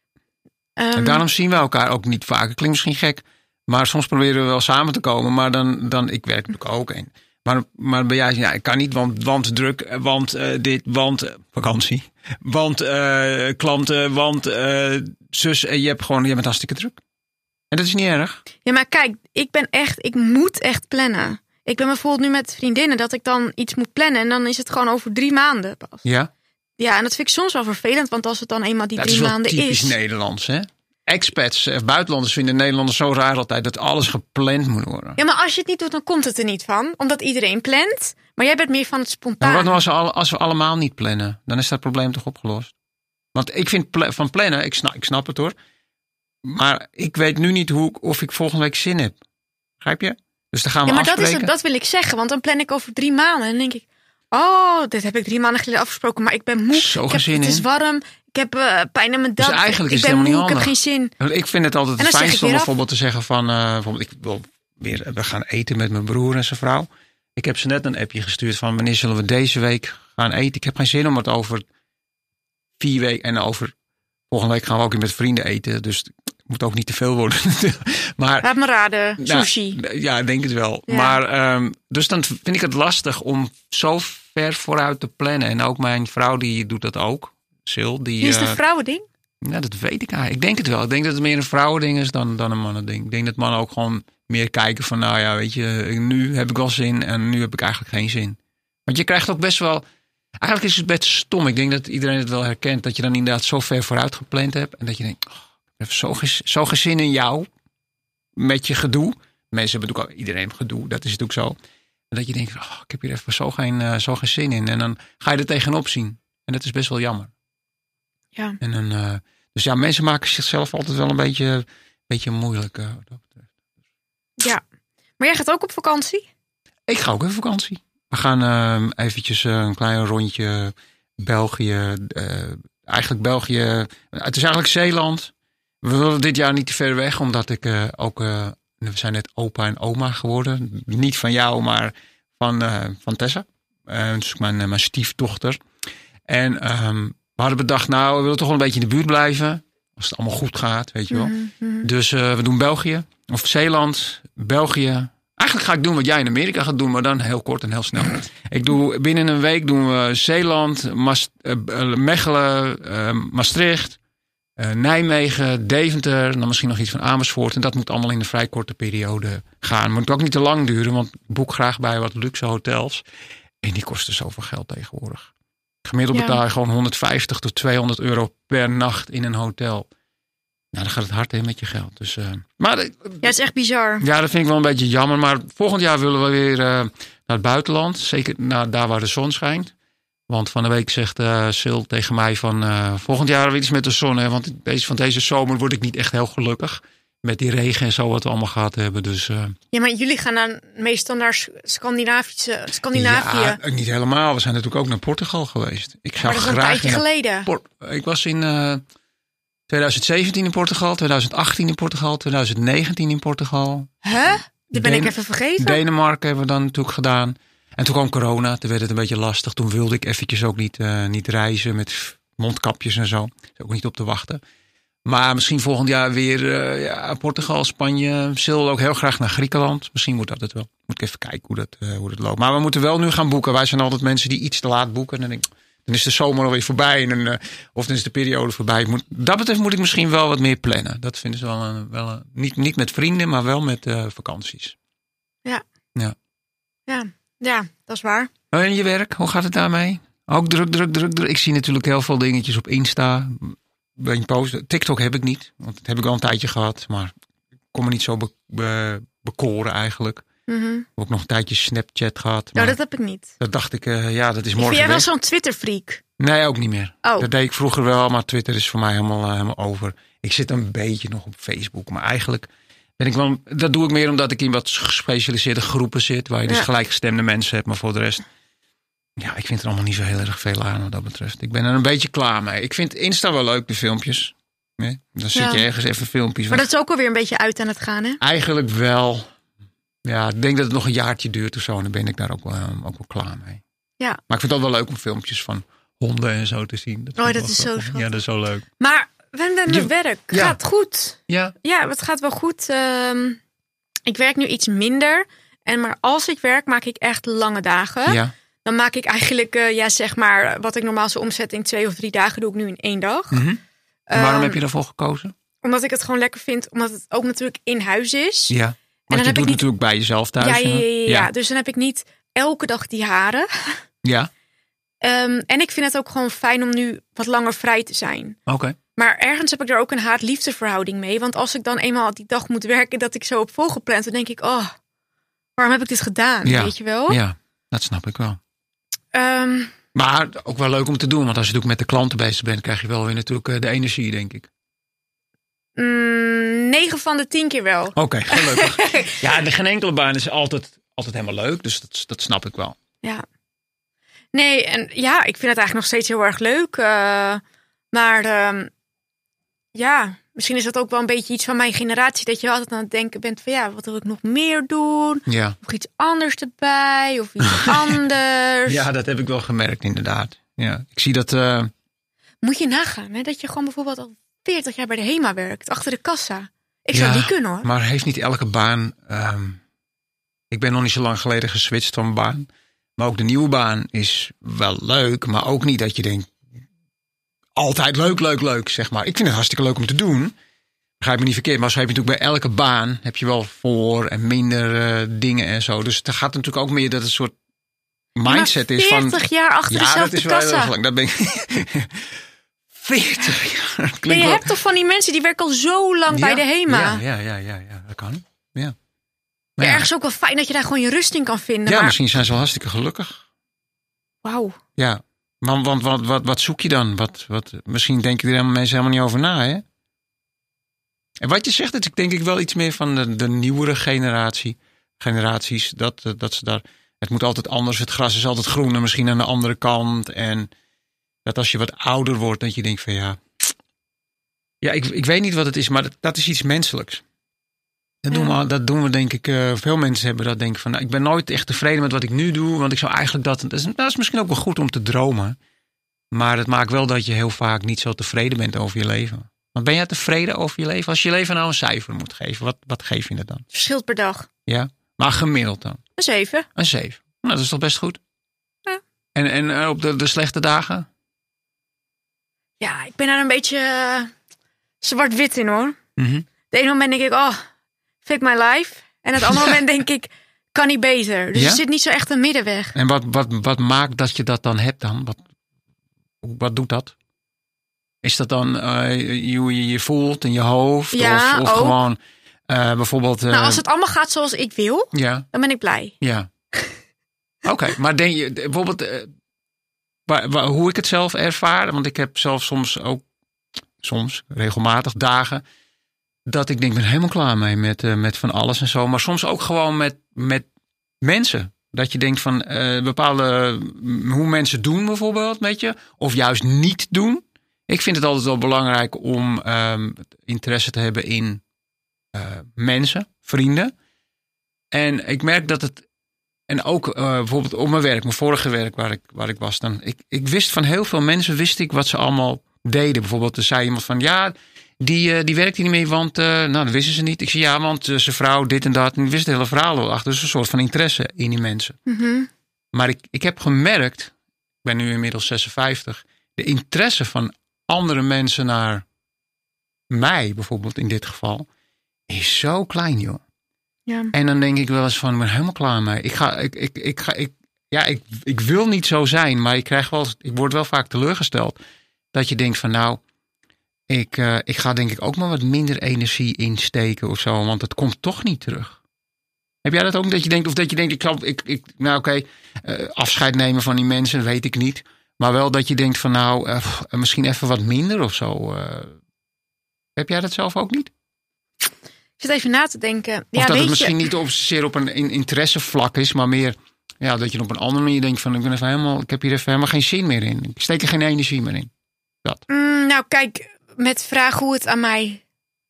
um, en daarom zien we elkaar ook niet vaak. Het klinkt misschien gek. Maar soms proberen we wel samen te komen. Maar dan, dan ik werk natuurlijk ook. En, maar, maar bij jij, ja, ik kan niet, want, want druk, want uh, dit, want uh, vakantie. Want uh, klanten, want uh, zus. Uh, je hebt gewoon, je bent hartstikke druk. En dat is niet erg. Ja, maar kijk, ik ben echt, ik moet echt plannen. Ik ben bijvoorbeeld nu met vriendinnen dat ik dan iets moet plannen. En dan is het gewoon over drie maanden pas. Ja? Ja, en dat vind ik soms wel vervelend. Want als het dan eenmaal die ja, drie maanden is. Dat is wel typisch Nederlands, hè? Expats of buitenlanders vinden Nederlanders zo raar altijd dat alles gepland moet worden. Ja, maar als je het niet doet, dan komt het er niet van. Omdat iedereen plant. Maar jij bent meer van het spontaan. Maar wat nou als we, al, als we allemaal niet plannen? Dan is dat probleem toch opgelost? Want ik vind pla- van plannen, ik snap, ik snap het hoor. Maar ik weet nu niet hoe, of ik volgende week zin heb. Begrijp je? Dus dan gaan we ja, maar afspreken. dat, is het, dat wil ik zeggen. Want dan plan ik over drie maanden. En dan denk ik, oh, dit heb ik drie maanden geleden afgesproken. Maar ik ben moe. Zo ik heb, zin het in. is warm. Ik heb uh, pijn in mijn dak. Dus eigenlijk ik is het ben helemaal moe, niet ik heb handig. geen zin. Ik vind het altijd het fijnste om bijvoorbeeld te zeggen van... Uh, bijvoorbeeld, ik wil weer, we gaan eten met mijn broer en zijn vrouw. Ik heb ze net een appje gestuurd van... wanneer zullen we deze week gaan eten? Ik heb geen zin om het over vier weken... en over volgende week gaan we ook weer met vrienden eten. Dus het moet ook niet te veel worden. maar, Laat me raden, sushi. Nou, ja, ik denk het wel. Ja. Maar um, dus dan vind ik het lastig om zo ver vooruit te plannen. En ook mijn vrouw die doet dat ook. Sil, die, is het een uh, vrouwending? Ja, dat weet ik eigenlijk. Ik denk het wel. Ik denk dat het meer een vrouwending is dan, dan een mannending. Ik denk dat mannen ook gewoon meer kijken van... nou ja, weet je, nu heb ik wel zin en nu heb ik eigenlijk geen zin. Want je krijgt ook best wel... Eigenlijk is het best stom. Ik denk dat iedereen het wel herkent. Dat je dan inderdaad zo ver vooruit gepland hebt. En dat je denkt, oh, ik heb zo, zo geen zin in jou. Met je gedoe. Mensen hebben natuurlijk ook, iedereen heeft gedoe. Dat is natuurlijk zo. En dat je denkt, oh, ik heb hier even zo geen, uh, zo geen zin in. En dan ga je er tegenop zien. En dat is best wel jammer. Ja. En dan, uh, dus ja, mensen maken zichzelf altijd wel een beetje, beetje moeilijk. Uh, wat dat betreft. Ja. Maar jij gaat ook op vakantie? Ik ga ook even vakantie. We gaan uh, eventjes uh, een klein rondje België, uh, eigenlijk België. Het is eigenlijk Zeeland. We willen dit jaar niet te ver weg, omdat ik uh, ook... Uh, we zijn net opa en oma geworden. Niet van jou, maar van, uh, van Tessa. Uh, dus mijn, uh, mijn stiefdochter. En um, we hadden bedacht, nou, we willen toch wel een beetje in de buurt blijven. Als het allemaal goed gaat, weet je wel. Mm-hmm. Dus uh, we doen België. Of Zeeland, België. Eigenlijk ga ik doen wat jij in Amerika gaat doen, maar dan heel kort en heel snel. Ik doe binnen een week doen we Zeeland, Mas, uh, Mechelen, uh, Maastricht, uh, Nijmegen, Deventer, dan misschien nog iets van Amersfoort. En dat moet allemaal in een vrij korte periode gaan. Maar het moet ook niet te lang duren, want ik boek graag bij wat luxe hotels. En die kosten zoveel geld tegenwoordig. Gemiddeld ja. betaal je gewoon honderdvijftig tot tweehonderd euro per nacht in een hotel. Nou, dan gaat het hard in met je geld. Dus, uh, maar, ja, het is echt bizar. Ja, dat vind ik wel een beetje jammer. Maar volgend jaar willen we weer uh, naar het buitenland. Zeker naar daar waar de zon schijnt. Want van de week zegt uh, Sil tegen mij van... Uh, volgend jaar weer iets met de zon. Hè, want deze, van deze zomer word ik niet echt heel gelukkig. Met die regen en zo wat we allemaal gehad hebben. Dus, uh, ja, maar jullie gaan dan meestal naar Scandinavische, Scandinavië. Ja, niet helemaal. We zijn natuurlijk ook naar Portugal geweest. Ik zou maar dat is graag een tijdje geleden. Port- ik was in... Uh, twintig zeventien in Portugal, twintig achttien in Portugal, twintig negentien in Portugal. Huh? Die ben Den- ik even vergeten. Denemarken hebben we dan natuurlijk gedaan. En toen kwam corona, toen werd het een beetje lastig. Toen wilde ik eventjes ook niet, uh, niet reizen met mondkapjes en zo. Er is ook niet op te wachten. Maar misschien volgend jaar weer uh, ja, Portugal, Spanje. Sil ook heel graag naar Griekenland. Misschien wordt dat het wel. Moet ik even kijken hoe dat, uh, hoe dat loopt. Maar we moeten wel nu gaan boeken. Wij zijn altijd mensen die iets te laat boeken. En dan denk ik, dan is de zomer alweer voorbij. En, uh, of dan is de periode voorbij. Moet, dat betreft moet ik misschien wel wat meer plannen. Dat vinden ze wel een... Wel een niet, niet met vrienden, maar wel met uh, vakanties. Ja. Ja. Ja. Ja, dat is waar. En je werk, hoe gaat het daarmee? Ook druk, druk, druk, druk. Ik zie natuurlijk heel veel dingetjes op Insta. Ben je posten. TikTok heb ik niet. Want dat heb ik al een tijdje gehad. Maar ik kon me niet zo be, be, bekoren eigenlijk. Mm-hmm. Ik heb ook nog een tijdje Snapchat gehad. Nou, dat heb ik niet. Dat dacht ik, uh, ja, dat is morgen. Vind jij wel weg. zo'n Twitter-freak? Nee, ook niet meer. Oh. Dat deed ik vroeger wel, maar Twitter is voor mij helemaal, uh, helemaal over. Ik zit een beetje nog op Facebook. Maar eigenlijk ben ik wel... Dat doe ik meer omdat ik in wat gespecialiseerde groepen zit. Waar je dus ja. gelijkgestemde mensen hebt. Maar voor de rest... Ja, ik vind er allemaal niet zo heel erg veel aan wat dat betreft. Ik ben er een beetje klaar mee. Ik vind Insta wel leuk, de filmpjes. Nee? Dan zit ja. je ergens even filmpjes. Maar dat is ook alweer een beetje uit aan het gaan, hè? Eigenlijk wel. Ja, ik denk dat het nog een jaartje duurt of zo. En dan ben ik daar ook wel, ook wel klaar mee. Ja. Maar ik vind het wel leuk om filmpjes van honden en zo te zien. Dat oh, dat is zo schattig. Ja, dat is zo leuk. Maar we hebben werk. Ja. Gaat goed. Ja. Ja, het gaat wel goed. Um, ik werk nu iets minder. En maar als ik werk, maak ik echt lange dagen. Ja. Dan maak ik eigenlijk, uh, ja, zeg maar, wat ik normaal zou omzetten in twee of drie dagen, doe ik nu in één dag. Mm-hmm. En waarom um, heb je daarvoor gekozen? Omdat ik het gewoon lekker vind, omdat het ook natuurlijk in huis is. Ja, want en dan je heb doet ik niet... natuurlijk bij jezelf thuis. Ja, ja, ja, ja, ja, dus dan heb ik niet elke dag die haren. Ja. um, en ik vind het ook gewoon fijn om nu wat langer vrij te zijn. Oké. Okay. Maar ergens heb ik er ook een haat-liefde-verhouding mee. Want als ik dan eenmaal die dag moet werken, dat ik zo op volgepland, dan denk ik, oh, waarom heb ik dit gedaan? Ja. Weet je wel? Ja, dat snap ik wel. Um, maar ook wel leuk om te doen. Want als je natuurlijk met de klanten bezig bent, krijg je wel weer natuurlijk de energie, denk ik. Mm, negen van de tien keer wel. Oké, okay, gelukkig. Ja, de geen enkele baan is altijd, altijd helemaal leuk. Dus dat, dat snap ik wel. Ja. Nee, en ja, ik vind het eigenlijk nog steeds heel erg leuk. Uh, maar um, ja, misschien is dat ook wel een beetje iets van mijn generatie. Dat je altijd aan het denken bent van ja, wat wil ik nog meer doen? Ja. Of iets anders erbij. Of iets anders. Ja, dat heb ik wel gemerkt inderdaad. Ja, ik zie dat... Uh... Moet je nagaan, hè, dat je gewoon bijvoorbeeld al veertig jaar bij de HEMA werkt. Achter de kassa. Ik ja, zou die kunnen hoor. Maar heeft niet elke baan... Um... Ik ben nog niet zo lang geleden geswitcht van baan. Maar ook de nieuwe baan is wel leuk. Maar ook niet dat je denkt... Altijd leuk, leuk, leuk, zeg maar. Ik vind het hartstikke leuk om te doen. Begrijp me niet verkeerd. Maar zo heb je natuurlijk bij elke baan... heb je wel voor en minder uh, dingen en zo. Dus er gaat natuurlijk ook meer dat het een soort mindset is van... veertig jaar achter ja, dezelfde kassa. Ja, dat is wel heel erg lang. Dat ben ik... veertig jaar. Ja, je wel... hebt toch van die mensen die werken al zo lang ja, bij de HEMA. Ja, ja, ja, ja, ja, dat kan. Ja. Maar ja, ergens ook wel fijn dat je daar gewoon je rust in kan vinden. Ja, maar... misschien zijn ze wel hartstikke gelukkig. Wauw. Ja, want, want wat, wat, wat zoek je dan? Wat, wat, misschien denken er helemaal mensen helemaal niet over na, hè? En wat je zegt, is denk ik wel iets meer van de, de nieuwere generatie. Generaties, dat, dat ze daar... Het moet altijd anders, het gras is altijd groener, misschien aan de andere kant. En Dat als je wat ouder wordt, dat je denkt van ja... Ja, ik, ik weet niet wat het is, maar dat, dat is iets menselijks. Dat, ja. doen we, dat doen we denk ik... Uh, veel mensen hebben dat denken van... Nou, ik ben nooit echt tevreden met wat ik nu doe. Want ik zou eigenlijk dat... Dat is, dat is misschien ook wel goed om te dromen. Maar het maakt wel dat je heel vaak niet zo tevreden bent over je leven. Want ben jij tevreden over je leven? Als je je leven nou een cijfer moet geven, wat, wat geef je het dan? Verschilt per dag. Ja, maar gemiddeld dan? Een zeven. Een zeven. Nou, dat is toch best goed? Ja. En, en op de, de slechte dagen? Ja, ik ben daar een beetje uh, zwart-wit in hoor. Mm-hmm. De ene moment denk ik, oh, fake my life. En het andere moment denk ik, kan niet beter. Dus ja? er zit niet zo echt een middenweg. En wat, wat, wat maakt dat je dat dan hebt dan? Wat, wat doet dat? Is dat dan uh, hoe je je voelt in je hoofd? Ja, of of gewoon uh, bijvoorbeeld... Uh, nou, als het allemaal gaat zoals ik wil, ja. dan ben ik blij. Ja. Oké, okay, maar denk je bijvoorbeeld... Uh, waar, waar, hoe ik het zelf ervaar... Want ik heb zelf soms ook... Soms, regelmatig dagen... Dat ik denk, ik ben helemaal klaar mee met, uh, met van alles en zo. Maar soms ook gewoon met, met mensen. Dat je denkt van uh, bepaalde... Hoe mensen doen bijvoorbeeld, weet je. Of juist niet doen. Ik vind het altijd wel belangrijk om um, interesse te hebben in uh, mensen, vrienden. En ik merk dat het... En ook uh, bijvoorbeeld op mijn werk, mijn vorige werk waar ik, waar ik was. Dan, ik, ik wist van heel veel mensen, wist ik wat ze allemaal deden. Bijvoorbeeld er zei iemand van, ja, die, uh, die werkt hier niet mee, want... Uh, nou, dat wisten ze niet. Ik zei, ja, want uh, zijn vrouw dit en dat. En ik wist het hele verhaal wel achter. Dus een soort van interesse in die mensen. Mm-hmm. Maar ik, ik heb gemerkt, ik ben nu inmiddels zesenvijftig... de interesse van andere mensen naar mij, bijvoorbeeld in dit geval, is zo klein, joh. Ja. En dan denk ik wel eens van, ik ben helemaal klaar mee. Ik ga, ik, ik, ik ga, ik, ja, ik, ik wil niet zo zijn, maar ik krijg wel, ik word wel vaak teleurgesteld. Dat je denkt van, nou, ik, uh, ik ga denk ik ook maar wat minder energie insteken of zo, want het komt toch niet terug. Heb jij dat ook, dat je denkt, of dat je denkt, ik zal, ik, ik, nou oké, okay, uh, afscheid nemen van die mensen, weet ik niet. Maar wel dat je denkt van nou, uh, misschien even wat minder of zo. Uh, heb jij dat zelf ook niet? Ik zit even na te denken. Of ja, dat weet het misschien je... niet op, zeer op een interessevlak is, maar meer ja, dat je op een andere manier denkt van ik ben even helemaal, ik heb hier even helemaal geen zin meer in. Ik steek er geen energie meer in. Dat. Mm, nou kijk, met vragen hoe het aan mij,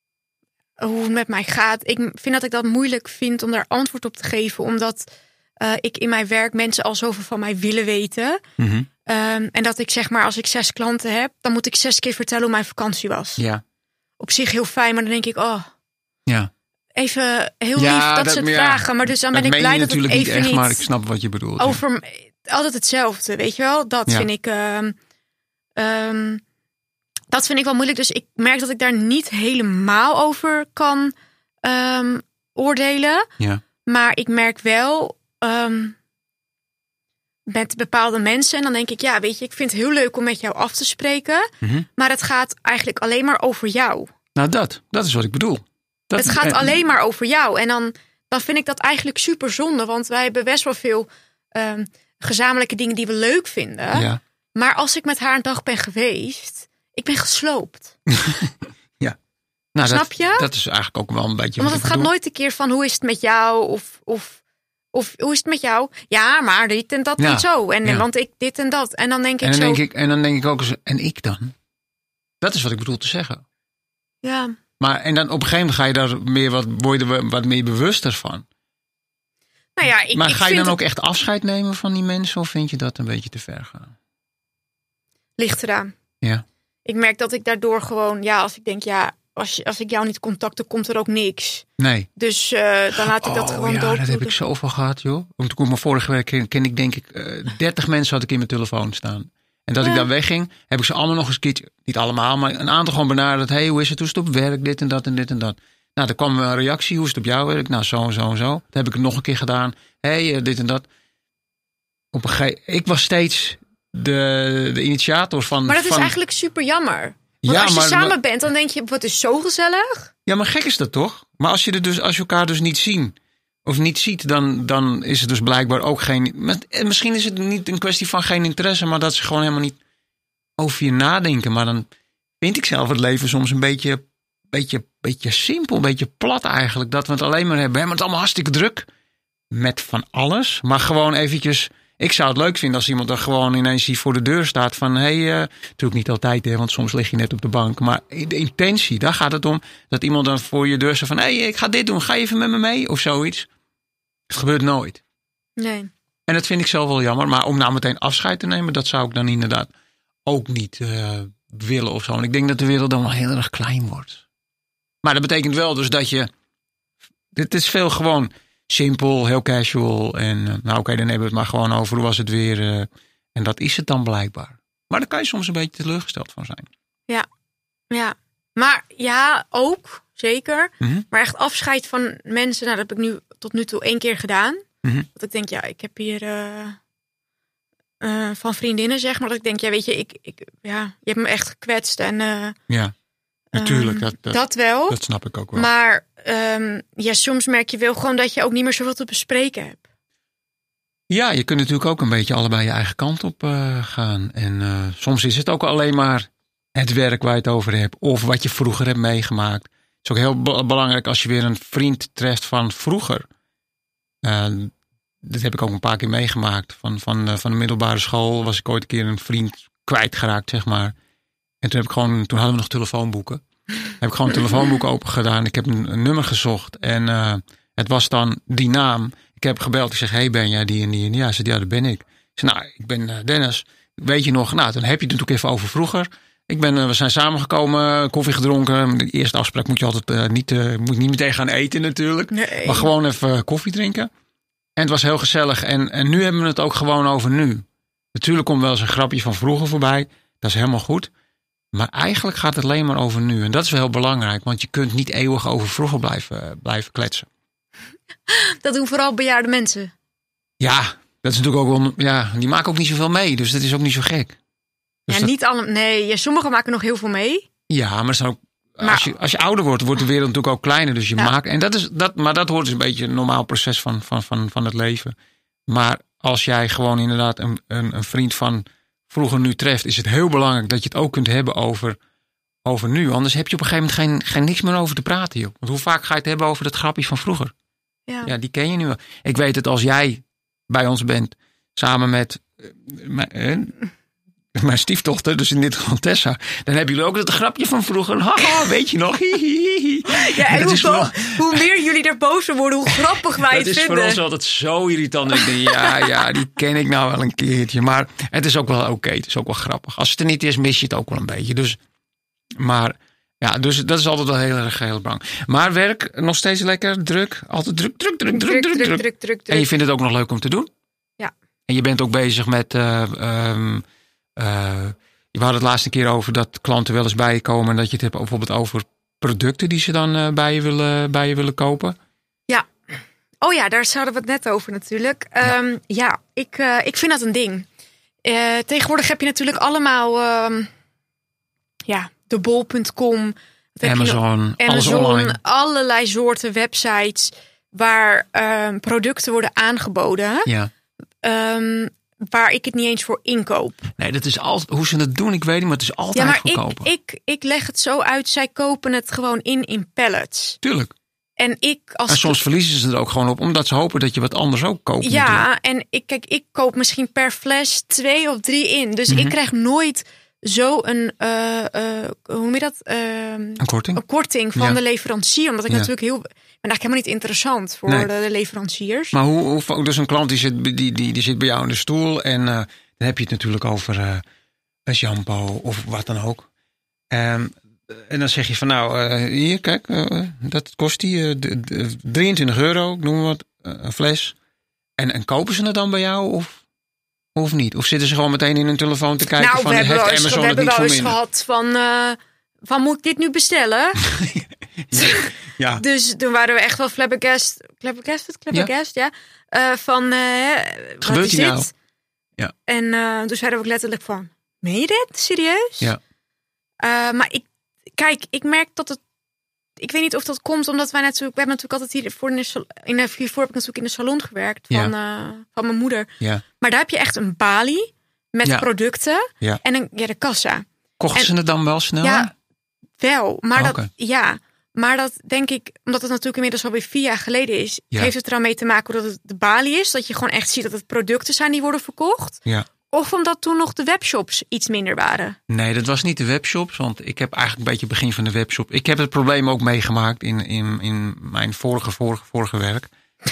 hoe het met mij gaat. Ik vind dat ik dat moeilijk vind om daar antwoord op te geven, omdat uh, ik in mijn werk mensen al zoveel van mij willen weten. Mm-hmm. Um, en dat ik zeg maar, als ik zes klanten heb, dan moet ik zes keer vertellen hoe mijn vakantie was. Ja. Op zich heel fijn, maar dan denk ik, oh, ja. even heel ja, lief dat, dat ze het ja, vragen. Maar dus dan ben ik blij dat het even niet... echt, maar ik snap wat je bedoelt. Over ja. altijd hetzelfde, weet je wel? Dat ja. vind ik... Um, um, dat vind ik wel moeilijk. Dus ik merk dat ik daar niet helemaal over kan um, oordelen. Ja. Maar ik merk wel... Um, met bepaalde mensen. En dan denk ik, ja, weet je, ik vind het heel leuk om met jou af te spreken. Mm-hmm. Maar het gaat eigenlijk alleen maar over jou. Nou, dat. Dat is wat ik bedoel. Dat, het gaat en, alleen maar over jou. En dan, dan vind ik dat eigenlijk super zonde. Want wij hebben best wel veel um, gezamenlijke dingen die we leuk vinden. Ja. Maar als ik met haar een dag ben geweest, ik ben gesloopt. ja. Nou, Snap dat, je? Dat is eigenlijk ook wel een beetje Want wat het ik gaat bedoel. nooit een keer van, hoe is het met jou? Of... of Of hoe is het met jou? Ja, maar dit en dat ja, niet zo. En ja. want ik dit en dat. En dan denk ik en dan zo... Denk ik, en dan denk ik ook eens, en ik dan? Dat is wat ik bedoel te zeggen. Ja. Maar en dan op een gegeven moment ga je daar meer wat, word je er wat meer bewuster van. Nou ja, ik, maar ik ga je dan het... ook echt afscheid nemen van die mensen? Of vind je dat een beetje te ver gaan? Ligt eraan. Ja. Ik merk dat ik daardoor gewoon... Ja, als ik denk, ja, als, als ik jou niet contact, dan komt er ook niks. Nee. Dus uh, dan laat ik dat oh, gewoon ja, dood. dat heb ik zoveel gehad, joh. Want toen ik mijn vorige werk ken, ken ik denk ik uh, dertig mensen had ik in mijn telefoon staan. En dat ja. ik daar wegging, heb ik ze allemaal nog eens keertje, niet allemaal, maar een aantal gewoon benaderd. Hey, hoe is het? Hoe is het op werk? Dit en dat en dit en dat. Nou, er kwam een reactie. Hoe is het op jouw werk? Nou, zo en zo en zo. Dat heb ik het nog een keer gedaan. Hey, uh, dit en dat. Op een gegeven, ik was steeds de, de initiator van... Maar dat is van, eigenlijk super jammer. Want ja, als je maar, samen maar, bent, dan denk je, wat is zo gezellig. Ja, maar gek is dat toch? Maar als je, er dus, als je elkaar dus niet zien of niet ziet, dan, dan is het dus blijkbaar ook geen... Misschien is het niet een kwestie van geen interesse, maar dat ze gewoon helemaal niet over je nadenken. Maar dan vind ik zelf het leven soms een beetje, beetje, beetje simpel, een beetje plat eigenlijk. Dat we het alleen maar hebben. We hebben het allemaal hartstikke druk met van alles. Maar gewoon eventjes Ik zou het leuk vinden als iemand er gewoon ineens hier voor de deur staat van... hé, hey, uh, natuurlijk niet altijd, hè, want soms lig je net op de bank. Maar de intentie, daar gaat het om. Dat iemand dan voor je deur staat van... hé, hey, ik ga dit doen, ga je even met me mee? Of zoiets. Het gebeurt nooit. Nee. En dat vind ik zelf wel jammer. Maar om nou meteen afscheid te nemen, dat zou ik dan inderdaad ook niet uh, willen of zo. En ik denk dat de wereld dan wel heel erg klein wordt. Maar dat betekent wel dus dat je... Dit is veel gewoon simpel, heel casual. En uh, nou oké, okay, dan hebben we het maar gewoon over hoe was het weer. Uh, en dat is het dan blijkbaar. Maar daar kan je soms een beetje teleurgesteld van zijn. Ja, ja. Maar ja, ook, zeker. Mm-hmm. Maar echt afscheid van mensen, nou dat heb ik nu tot nu toe één keer gedaan. Mm-hmm. Dat ik denk, ja, ik heb hier uh, uh, van vriendinnen, zeg maar. Dat ik denk, ja, weet je, ik, ik, ja, je hebt me echt gekwetst. En, uh, ja, natuurlijk. Um, dat, dat, dat wel. Dat snap ik ook wel. Maar um, ja, soms merk je wel gewoon dat je ook niet meer zoveel te bespreken hebt. Ja, je kunt natuurlijk ook een beetje allebei je eigen kant op uh, gaan. En uh, soms is het ook alleen maar het werk waar je het over hebt. Of wat je vroeger hebt meegemaakt. Het is ook heel be- belangrijk als je weer een vriend treft van vroeger. Uh, dat heb ik ook een paar keer meegemaakt. Van, van, uh, van de middelbare school was ik ooit een keer een vriend kwijtgeraakt, zeg maar. En toen, heb ik gewoon, toen hadden we nog telefoonboeken. heb ik gewoon een telefoonboek open gedaan. Ik heb een, een nummer gezocht. En uh, het was dan die naam. Ik heb gebeld. Ik zeg, hey, ben jij die en die en die? Ja, zei, ja, dat ben ik. Ik zei, nou, ik ben uh, Dennis. Weet je nog? Nou, dan heb je het natuurlijk even over vroeger. Ik ben, uh, we zijn samengekomen, koffie gedronken. De eerste afspraak moet je altijd uh, niet, uh, moet niet meteen gaan eten natuurlijk. Nee. Maar gewoon even uh, koffie drinken. En het was heel gezellig. En, en nu hebben we het ook gewoon over nu. Natuurlijk komt wel eens een grapje van vroeger voorbij. Dat is helemaal goed. Maar eigenlijk gaat het alleen maar over nu. En dat is wel heel belangrijk. Want je kunt niet eeuwig over vroeger blijven, blijven kletsen. Dat doen vooral bejaarde mensen. Ja, dat is natuurlijk ook wel... Ja, die maken ook niet zoveel mee. Dus dat is ook niet zo gek. Dus ja, dat, niet alle... Nee, ja, sommigen maken nog heel veel mee. Ja, maar, ook, maar als, je, als je ouder wordt, wordt de wereld natuurlijk ook kleiner. Dus je ja. maakt... En dat is, dat, maar dat hoort dus een beetje een normaal proces van, van, van, van het leven. Maar als jij gewoon inderdaad een, een, een vriend van vroeger nu treft, is het heel belangrijk dat je het ook kunt hebben over, over nu. Anders heb je op een gegeven moment geen, geen niks meer over te praten, joh. Want hoe vaak ga je het hebben over dat grapje van vroeger? Ja. Ja, die ken je nu wel. Ik weet het, als jij bij ons bent, samen met uh, mijn, uh, mijn stiefdochter, dus in dit geval Tessa, dan hebben jullie ook dat grapje van vroeger. Haha, weet je nog? Ja, en hoe, vooral, hoe meer jullie er boos om worden, hoe grappig wij het vinden. Dat is voor ons altijd zo irritant. Ik denk, ja, ja, die ken ik nou wel een keertje. Maar het is ook wel oké. Okay. Het is ook wel grappig. Als het er niet is, mis je het ook wel een beetje. Dus, maar ja, dus dat is altijd wel heel erg heel belangrijk. Maar werk, nog steeds lekker, druk. Altijd druk, druk, druk, druk, druk, druk, druk, druk, druk. En je vindt het ook nog leuk om te doen? Ja. En je bent ook bezig met... Uh, um, uh, we hadden het laatste keer over dat klanten wel eens bij je komen en dat je het hebt bijvoorbeeld over producten die ze dan uh, bij, je willen, bij je willen kopen. Ja. Oh ja, daar hadden we het net over natuurlijk. Ja, um, ja ik, uh, ik vind dat een ding. Uh, tegenwoordig heb je natuurlijk allemaal... Uh, ja, de bol punt com. Amazon, Amazon, alles online. Allerlei soorten websites waar um, producten worden aangeboden. Ja. Um, waar ik het niet eens voor inkoop. Nee, dat is altijd, hoe ze het doen, ik weet niet, maar het is altijd ja, maar goedkoper. Ik, ik, ik leg het zo uit, zij kopen het gewoon in in pallets. Tuurlijk. En, ik als en soms ik... verliezen ze er ook gewoon op, omdat ze hopen dat je wat anders ook koopt. Ja, natuurlijk. en ik, kijk, ik koop misschien per fles twee of drie in. Dus Mm-hmm. ik krijg nooit zo een, uh, uh, hoe noem je dat? Uh, een korting? Een korting van ja. de leverancier. Omdat ik ja. natuurlijk heel... ben eigenlijk helemaal niet interessant voor nee. de, de leveranciers. Maar hoe, hoe dus een klant die zit, die, die, die zit bij jou in de stoel en uh, dan heb je het natuurlijk over uh, een shampoo of wat dan ook. Um, en dan zeg je van nou, uh, hier kijk, uh, dat kost die uh, d- d- drieëntwintig euro, ik noem wat, uh, een fles. En, en kopen ze het dan bij jou of, of niet? Of zitten ze gewoon meteen in hun telefoon te kijken nou, van we hebben heeft wel eens, Amazon we het hebben niet wel voor eens minder? gehad van, uh, van moet ik dit nu bestellen? ja. ja. Dus toen waren we echt wel flabbergast. Flabbergast? Flabbergast, ja. ja. Uh, van, uh, wat gebeurt is die dit? nou? Ja. En uh, toen zeiden we ook letterlijk van, meen je dit? Serieus? Ja. Uh, maar ik, kijk, ik merk dat het, ik weet niet of dat komt omdat wij natuurlijk, we hebben natuurlijk altijd hiervoor in de, sal- in de hiervoor heb ik natuurlijk in de salon gewerkt van, ja. uh, van mijn moeder. Ja. Maar daar heb je echt een balie met ja. producten ja. en een, ja, de kassa. Kochten en, ze het dan wel snel? Ja, wel. Maar oh, dat, okay. ja. Maar dat denk ik, omdat het natuurlijk inmiddels alweer vier jaar geleden is... Ja. heeft het er dan mee te maken dat het de balie is? Dat je gewoon echt ziet dat het producten zijn die worden verkocht? Ja. Of omdat toen nog de webshops iets minder waren? Nee, dat was niet de webshops. Want ik heb eigenlijk een beetje het begin van de webshop. Ik heb het probleem ook meegemaakt in, in, in mijn vorige, vorige, vorige werk.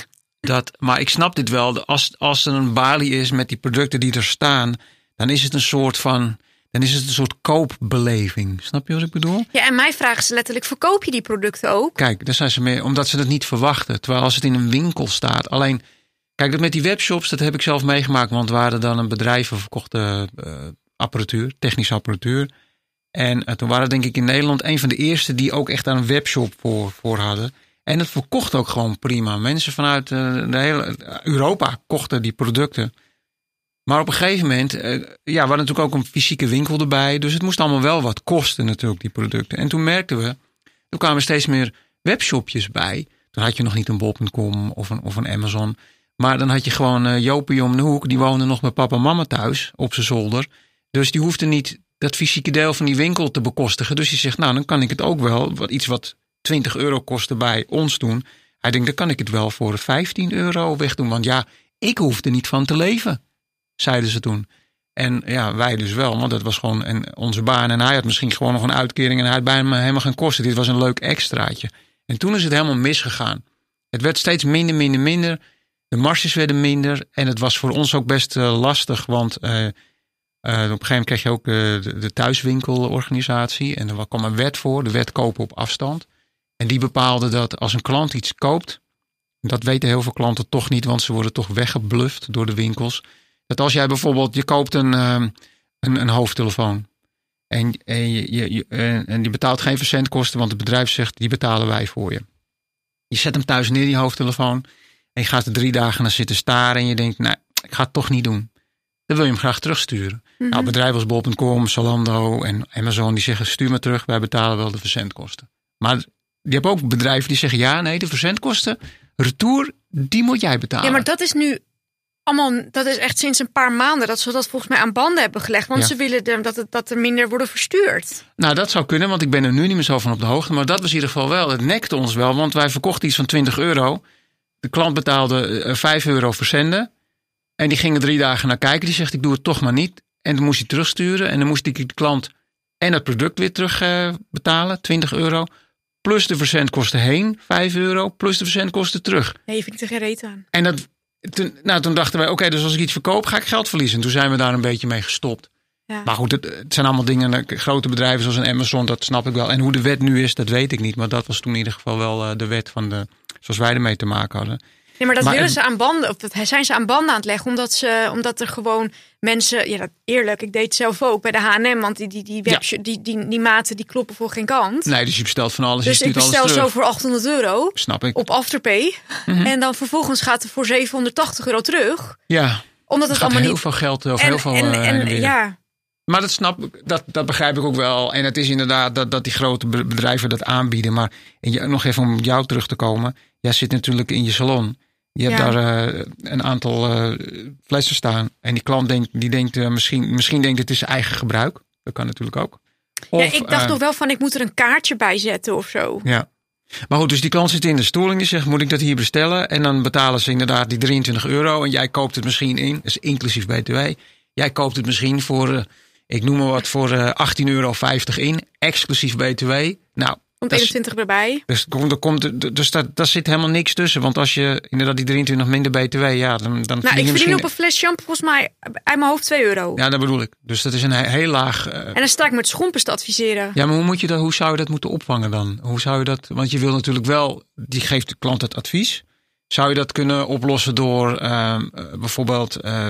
Dat, maar ik snap dit wel. Als, als er een balie is met die producten die er staan... dan is het een soort van... dan is het een soort koopbeleving. Snap je wat ik bedoel? Ja, en mij vragen ze letterlijk, verkoop je die producten ook? Kijk, daar zijn ze mee, omdat ze dat niet verwachten. Terwijl als het in een winkel staat. Alleen, kijk, dat met die webshops, dat heb ik zelf meegemaakt. Want we waren dan een bedrijf dat verkochte uh, apparatuur, technische apparatuur. En uh, toen waren denk ik in Nederland een van de eerste die ook echt daar een webshop voor, voor hadden. En het verkocht ook gewoon prima. Mensen vanuit uh, de hele Europa kochten die producten. Maar op een gegeven moment, uh, ja, we hadden natuurlijk ook een fysieke winkel erbij. Dus het moest allemaal wel wat kosten natuurlijk, die producten. En toen merkten we, toen kwamen steeds meer webshopjes bij. Toen had je nog niet een bol punt com of een, of een Amazon. Maar dan had je gewoon uh, Jopie om de hoek. Die woonde nog met papa en mama thuis op zijn zolder. Dus die hoefde niet dat fysieke deel van die winkel te bekostigen. Dus die zegt, nou dan kan ik het ook wel. Wat, iets wat twintig euro kostte bij ons toen. Hij denkt, dan kan ik het wel voor vijftien euro wegdoen. Want ja, ik hoef er niet van te leven, zeiden ze toen. En ja, wij dus wel, want dat was gewoon en onze baan. En hij had misschien gewoon nog een uitkering en hij had bijna helemaal geen kosten. Dit was een leuk extraatje. En toen is het helemaal misgegaan. Het werd steeds minder, minder, minder. De marges werden minder. En het was voor ons ook best uh, lastig, want uh, uh, op een gegeven moment kreeg je ook uh, de, de thuiswinkelorganisatie. En er kwam een wet voor, de wet kopen op afstand. En die bepaalde dat als een klant iets koopt, dat weten heel veel klanten toch niet, want ze worden toch weggebluft door de winkels. Dat als jij bijvoorbeeld, je koopt een, een, een hoofdtelefoon en, en, je, je, en die betaalt geen verzendkosten, want het bedrijf zegt, die betalen wij voor je. Je zet hem thuis neer, die hoofdtelefoon, en je gaat er drie dagen naar zitten staren en je denkt, nou, ik ga het toch niet doen. Dan wil je hem graag terugsturen. Mm-hmm. Nou, bedrijven als bol punt com, Zalando en Amazon, die zeggen, stuur me terug, wij betalen wel de verzendkosten. Maar je hebt ook bedrijven die zeggen, ja, nee, de verzendkosten, retour, die moet jij betalen. Ja, maar dat is nu allemaal, dat is echt sinds een paar maanden dat ze dat volgens mij aan banden hebben gelegd. Want ja. ze willen de, dat, het, dat er minder worden verstuurd. Nou, dat zou kunnen, want ik ben er nu niet meer zo van op de hoogte. Maar dat was in ieder geval wel, het nekte ons wel. Want wij verkochten iets van twintig euro. De klant betaalde uh, vijf euro verzenden. En die ging er drie dagen naar kijken. Die zegt, ik doe het toch maar niet. En dan moest hij terugsturen. En dan moest ik de klant en het product weer terug uh, betalen, twintig euro. Plus de verzendkosten heen, vijf euro. Plus de verzendkosten terug. Nee, je vindt er geen reet aan. En dat, toen, nou, toen dachten wij, oké, okay, dus als ik iets verkoop, ga ik geld verliezen. En toen zijn we daar een beetje mee gestopt. Ja. Maar goed, het, het zijn allemaal dingen, grote bedrijven zoals een Amazon, dat snap ik wel. En hoe de wet nu is, dat weet ik niet. Maar dat was toen in ieder geval wel uh, de wet van de, zoals wij ermee te maken hadden. Nee, maar dat maar, willen ze aan banden, of dat zijn ze aan banden aan het leggen, omdat ze, omdat er gewoon mensen, ja, dat, eerlijk, ik deed het zelf ook bij de H en M, want die, die, die, websh- ja. die, die, die maten die kloppen voor geen kant. Nee, dus je bestelt van alles. Dus je ik bestel zo voor achthonderd euro. Snap ik. Op Afterpay. Mm-hmm. En dan vervolgens gaat het voor zevenhonderdtachtig euro terug. Ja. Omdat het allemaal heel niet veel geld of en, heel veel. En, en, uh, ja. Maar dat snap ik, dat, dat begrijp ik ook wel. En het is inderdaad dat, dat die grote bedrijven dat aanbieden. Maar en nog even om jou terug te komen. Jij zit natuurlijk in je salon. Je hebt ja. daar uh, een aantal uh, flessen staan. En die klant denkt, die denkt uh, misschien, misschien denkt het is eigen gebruik. Dat kan natuurlijk ook. Of, ja, ik dacht uh, nog wel van ik moet er een kaartje bij zetten of zo. Ja. Maar goed, dus die klant zit in de stoel en die zegt, moet ik dat hier bestellen? En dan betalen ze inderdaad die drieëntwintig euro. En jij koopt het misschien in, dat is inclusief B T W. Jij koopt het misschien voor, uh, ik noem maar wat, voor uh, achttien euro vijftig in. Exclusief B T W. Nou. Komt eenentwintig erbij. Dus, er komt, dus daar, daar zit helemaal niks tussen. Want als je inderdaad die drieëntwintig minder B T W, ja, dan, dan nou, verdien ik verdien misschien op een fles shampoo volgens mij uit mijn hoofd twee euro. Ja, dat bedoel ik. Dus dat is een heel laag. Uh... En dan sta ik met schompers te adviseren. Ja, maar hoe moet je dat? Hoe zou je dat moeten opvangen dan? Hoe zou je dat? Want je wil natuurlijk wel, die geeft de klant het advies. Zou je dat kunnen oplossen door uh, bijvoorbeeld uh,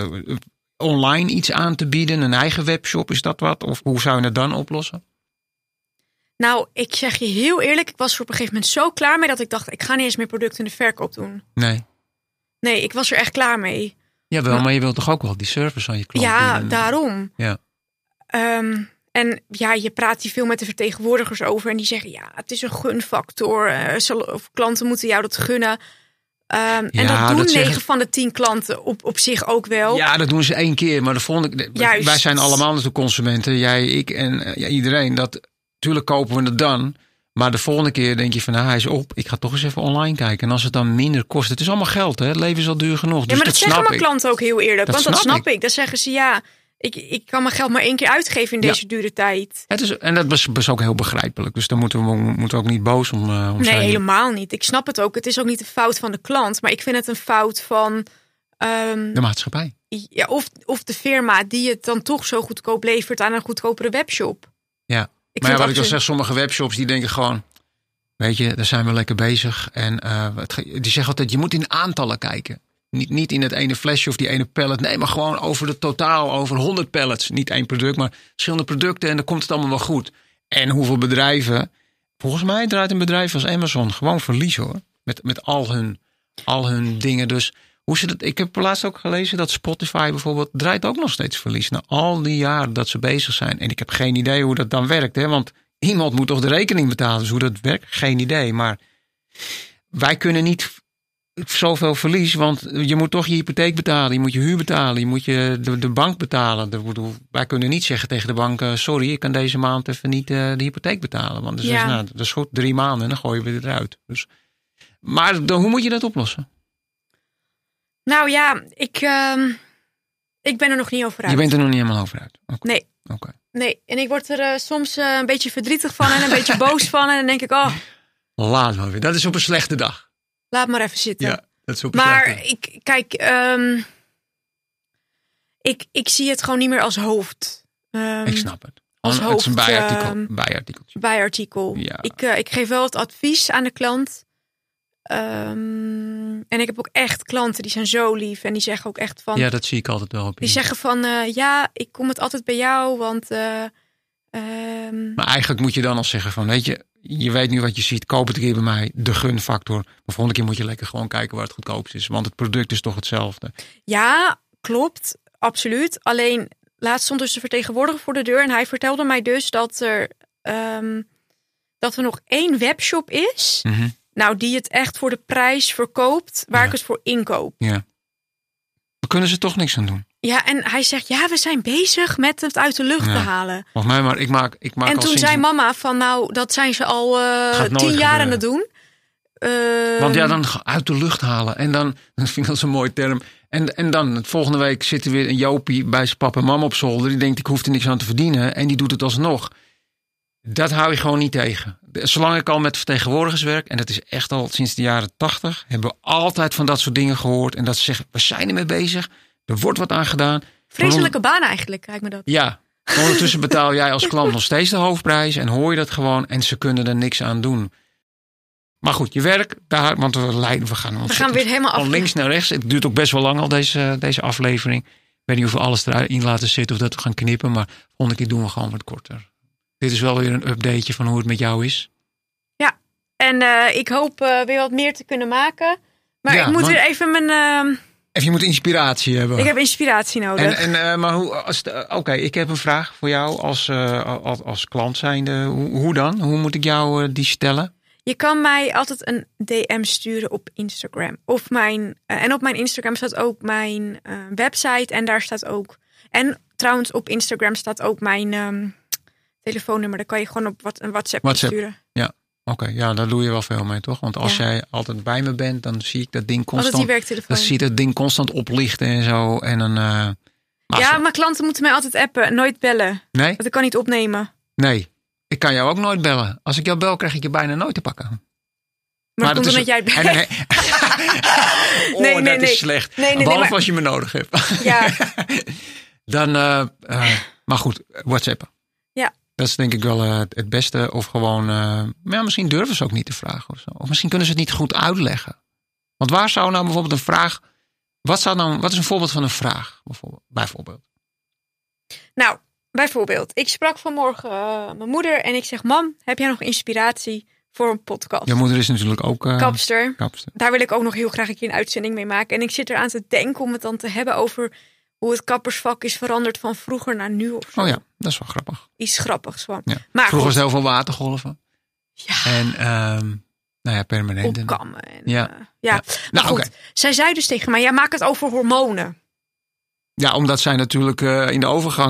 online iets aan te bieden, een eigen webshop? Is dat wat? Of hoe zou je het dan oplossen? Nou, ik zeg je heel eerlijk, ik was er op een gegeven moment zo klaar mee dat ik dacht, ik ga niet eens meer producten in de verkoop doen. Nee. Nee, ik was er echt klaar mee. Jawel, maar, maar je wilt toch ook wel die service aan je klant Ja, bieden? daarom. Ja. Um, en ja, je praat hier veel met de vertegenwoordigers over en die zeggen, ja, het is een gunfactor. Uh, of klanten moeten jou dat gunnen. Um, ja, en dat doen negen zeggen... van de tien klanten op, op zich ook wel. Ja, dat doen ze één keer, maar de volgende... Juist. Wij zijn allemaal natuurlijk consumenten, jij, ik en uh, ja, iedereen, dat... Tuurlijk kopen we het dan. Maar de volgende keer denk je van, nou, hij is op. Ik ga toch eens even online kijken. En als het dan minder kost. Het is allemaal geld, hè. Het leven is al duur genoeg. Ja, dus maar dat, dat zeggen snap mijn ik. klanten ook heel eerlijk. Dat want dat snap snap ik. ik. Dan zeggen ze, ja, ik, ik kan mijn geld maar één keer uitgeven in Ja. deze dure tijd. Het is, en dat was, was ook heel begrijpelijk. Dus daar moeten we, moeten we ook niet boos om, uh, om Nee, zijn. helemaal niet. Ik snap het ook. Het is ook niet een fout van de klant. Maar ik vind het een fout van... Um, De maatschappij. ja, of, of de firma die het dan toch zo goedkoop levert aan een goedkopere webshop. Ja, Ik maar ja, wat vind ik al absoluut- zeg, sommige webshops die denken gewoon... Weet je, daar zijn we lekker bezig. En uh, het, ge- die zeggen altijd, je moet in aantallen kijken. Niet, niet in het ene flesje of die ene pallet. Nee, maar gewoon over het totaal, over honderd pallets. Niet één product, maar verschillende producten. En dan komt het allemaal wel goed. En hoeveel bedrijven... Volgens mij draait een bedrijf als Amazon gewoon verlies, hoor. Met, met al, hun, al hun dingen. Dus hoe ze dat... Ik heb laatst ook gelezen dat Spotify bijvoorbeeld... draait ook nog steeds verlies. Na al die jaren dat ze bezig zijn. En ik heb geen idee hoe dat dan werkt, hè. Want iemand moet toch de rekening betalen. Dus hoe dat werkt, geen idee. Maar wij kunnen niet zoveel verlies. Want je moet toch je hypotheek betalen. Je moet je huur betalen. Je moet je de, de bank betalen. De, de, wij kunnen niet zeggen tegen de bank... Uh, sorry, ik kan deze maand even niet uh, de hypotheek betalen. Want dus Ja. is, nou, dat is goed, drie maanden en dan gooien we het eruit. Dus, maar dan, hoe moet je dat oplossen? Nou ja, ik, uh, ik ben er nog niet over uit. Je bent er nog niet helemaal over uit. Okay. Nee. Okay. Nee, en ik word er uh, soms uh, een beetje verdrietig van en een beetje boos van. En dan denk ik, oh, laat maar weer. Dat is op een slechte dag. laat maar even zitten. Ja, dat is op een maar slechte dag. ik, kijk, um, ik, ik zie het gewoon niet meer als hoofd. Um, ik snap het. Als het hoofd, is een bijartikel. uh, bijartikeltje. bijartikel. Ja. Ik, uh, ik geef wel het advies aan de klant. Um, en ik heb ook echt klanten die zijn zo lief. En die zeggen ook echt van... Ja, dat zie ik altijd wel op. Die zeggen van, uh, ja, ik kom het altijd bij jou, want... Uh, um... Maar eigenlijk moet je dan al zeggen van, weet je... Je weet nu wat je ziet, koop het een keer bij mij. De gunfactor. Maar volgende keer moet je lekker gewoon kijken waar het goedkoopst is. Want het product is toch hetzelfde. Ja, klopt. Absoluut. Alleen, laatst stond dus de vertegenwoordiger voor de deur. En hij vertelde mij dus dat er, um, dat er nog één webshop is... Mm-hmm. Nou, die het echt voor de prijs verkoopt waar Ja. ik het voor inkoop. Ja. Dan kunnen ze toch niks aan doen. Ja, en hij zegt, ja, we zijn bezig met het uit de lucht Ja. te halen. Volgens mij, maar ik maak, ik maak En al toen sinds zei een- mama van, nou, dat zijn ze al uh, nooit tien jaar gebeuren. aan het doen. Uh, Want ja, dan uit de lucht halen. En dan, dat vind ik dat zo'n mooie term. En, en dan, het volgende week zit er weer een Jopie bij zijn papa en mama op zolder. Die denkt, ik hoef er niks aan te verdienen. En die doet het alsnog. Dat hou je gewoon niet tegen. Zolang ik al met vertegenwoordigers werk, en dat is echt al sinds de jaren tachtig, hebben we altijd van dat soort dingen gehoord. En dat ze zeggen, we zijn ermee bezig. Er wordt wat aan gedaan. Vreselijke baan eigenlijk, lijkt me dat. Ja, ondertussen betaal jij als klant nog steeds de hoofdprijs. En hoor je dat gewoon. En ze kunnen er niks aan doen. Maar goed, je werk, daar, want we leiden, we gaan We gaan weer helemaal af. van links naar rechts. Het duurt ook best wel lang al, deze, deze aflevering. Ik weet niet of we alles erin laten zitten of dat we gaan knippen. Maar volgende keer doen we gewoon wat korter. Dit is wel weer een updateje van hoe het met jou is. Ja, en uh, ik hoop uh, weer wat meer te kunnen maken. Maar Ja, ik moet man. weer even mijn... Uh, Even, je moet inspiratie hebben. ik heb inspiratie nodig. En, en, uh, maar hoe, als uh, oké, okay, ik heb een vraag voor jou als, uh, als, als klant zijnde. Hoe, hoe dan? Hoe moet ik jou uh, die stellen? Je kan mij altijd een D M sturen op Instagram. Of mijn, uh, en op mijn Instagram staat ook mijn uh, website. En daar staat ook... En trouwens, op Instagram staat ook mijn um, telefoonnummer. Daar kan je gewoon op wat, een WhatsApp, WhatsApp. sturen. Ja, oké. Okay. Ja, daar doe je wel veel mee, toch? Want als Ja. jij altijd bij me bent, dan zie ik dat ding Altijd die constant... werktelefoon. Dan zie je dat ding constant oplichten en zo. En dan... Uh, maar Ja, zo- mijn klanten moeten mij altijd appen. Nooit bellen. Nee? Want ik kan niet opnemen. Nee. Ik kan jou ook nooit bellen. Als ik jou bel, krijg ik je bijna nooit te pakken. Maar, dat dat komt is- omdat jij het En- bent. en- oh, Nee, nee, dat nee. is slecht. Nee, nee, nee, Behalve maar- als je me nodig hebt. Ja. Dan, uh, uh, maar goed, WhatsApp. Ja. Dat is denk ik wel uh, het beste. Of gewoon, uh, ja, misschien durven ze ook niet te vragen of zo. Of misschien kunnen ze het niet goed uitleggen. Want waar zou nou bijvoorbeeld een vraag... Wat, zou nou, wat is een voorbeeld van een vraag? Bijvoorbeeld? bijvoorbeeld? Nou, bijvoorbeeld. Ik sprak vanmorgen uh, mijn moeder en ik zeg... Mam, heb jij nog inspiratie voor een podcast? Je moeder is natuurlijk ook uh, Kapster. kapster. Daar wil ik ook nog heel graag een keer een uitzending mee maken. En ik zit eraan te denken om het dan te hebben over... hoe het kappersvak is veranderd van vroeger naar nu of zo. Oh ja, dat is wel grappig. Iets grappigs van. Ja. Maar Vroeger was goed, het heel veel watergolven. ja, En um, nou ja, permanent. opkammen. En, Ja. uh, ja. Ja. Maar Nou, goed, oké. zij zei dus tegen mij... ja, maak het over hormonen. Ja, omdat zij natuurlijk uh, in de overgang... Uh,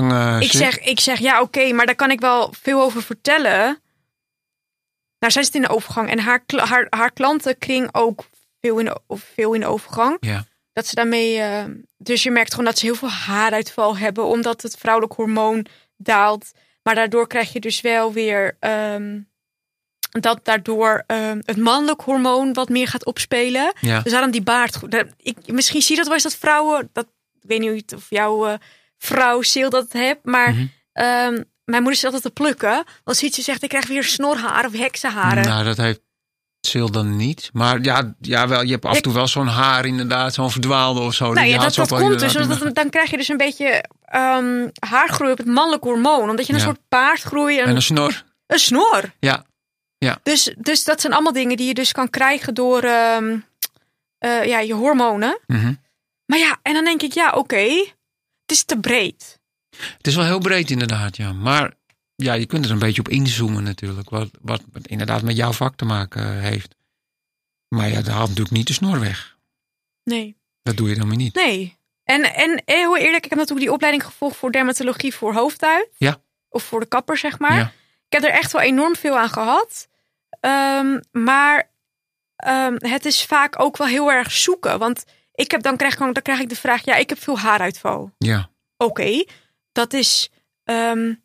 Ik, zit. zeg, ik zeg, ja, oké, okay, maar daar kan ik wel veel over vertellen. Nou, zij zit in de overgang. En haar, haar, haar klantenkring ook veel in de, veel in de overgang. Ja. Dat ze daarmee... Uh, dus je merkt gewoon dat ze heel veel haaruitval hebben. Omdat het vrouwelijk hormoon daalt. Maar daardoor krijg je dus wel weer... Um, dat daardoor um, het mannelijk hormoon wat meer gaat opspelen. Ja. Dus daarom die baard. Ik, misschien zie je dat wel eens dat vrouwen... Dat, ik weet niet of jouw uh, vrouw Sil dat hebt. Maar mm-hmm. um, mijn moeder zit altijd te plukken. Als iets zegt, ik krijg weer snorhaar of heksenharen. Nou, dat heeft Sil dan niet. Maar ja, ja wel, je hebt af en toe wel zo'n haar inderdaad. Zo'n verdwaalde of zo. Nou ja, dat, dat komt dus. Dat, dan krijg je dus een beetje um, haargroei op het mannelijk hormoon. Omdat je een ja. soort baardgroei... En een snor. Een snor. Ja. Ja. Dus, dus dat zijn allemaal dingen die je dus kan krijgen door um, uh, ja, je hormonen. Mm-hmm. Maar ja, en dan denk ik, ja, oké, okay, het is te breed. Het is wel heel breed inderdaad, ja. Maar ja, je kunt er een beetje op inzoomen natuurlijk. Wat, wat inderdaad met jouw vak te maken heeft. Maar ja, dat haalt natuurlijk niet de snor weg. Nee. Dat doe je dan weer niet. Nee. En, en heel eerlijk, ik heb natuurlijk die opleiding gevolgd voor dermatologie voor hoofdhuid. Ja. Of voor de kapper, zeg maar. Ja. Ik heb er echt wel enorm veel aan gehad. Um, maar um, het is vaak ook wel heel erg zoeken. Want ik heb dan, krijg, dan krijg ik de vraag, ja, ik heb veel haaruitval. Ja. Oké, okay, dat is um,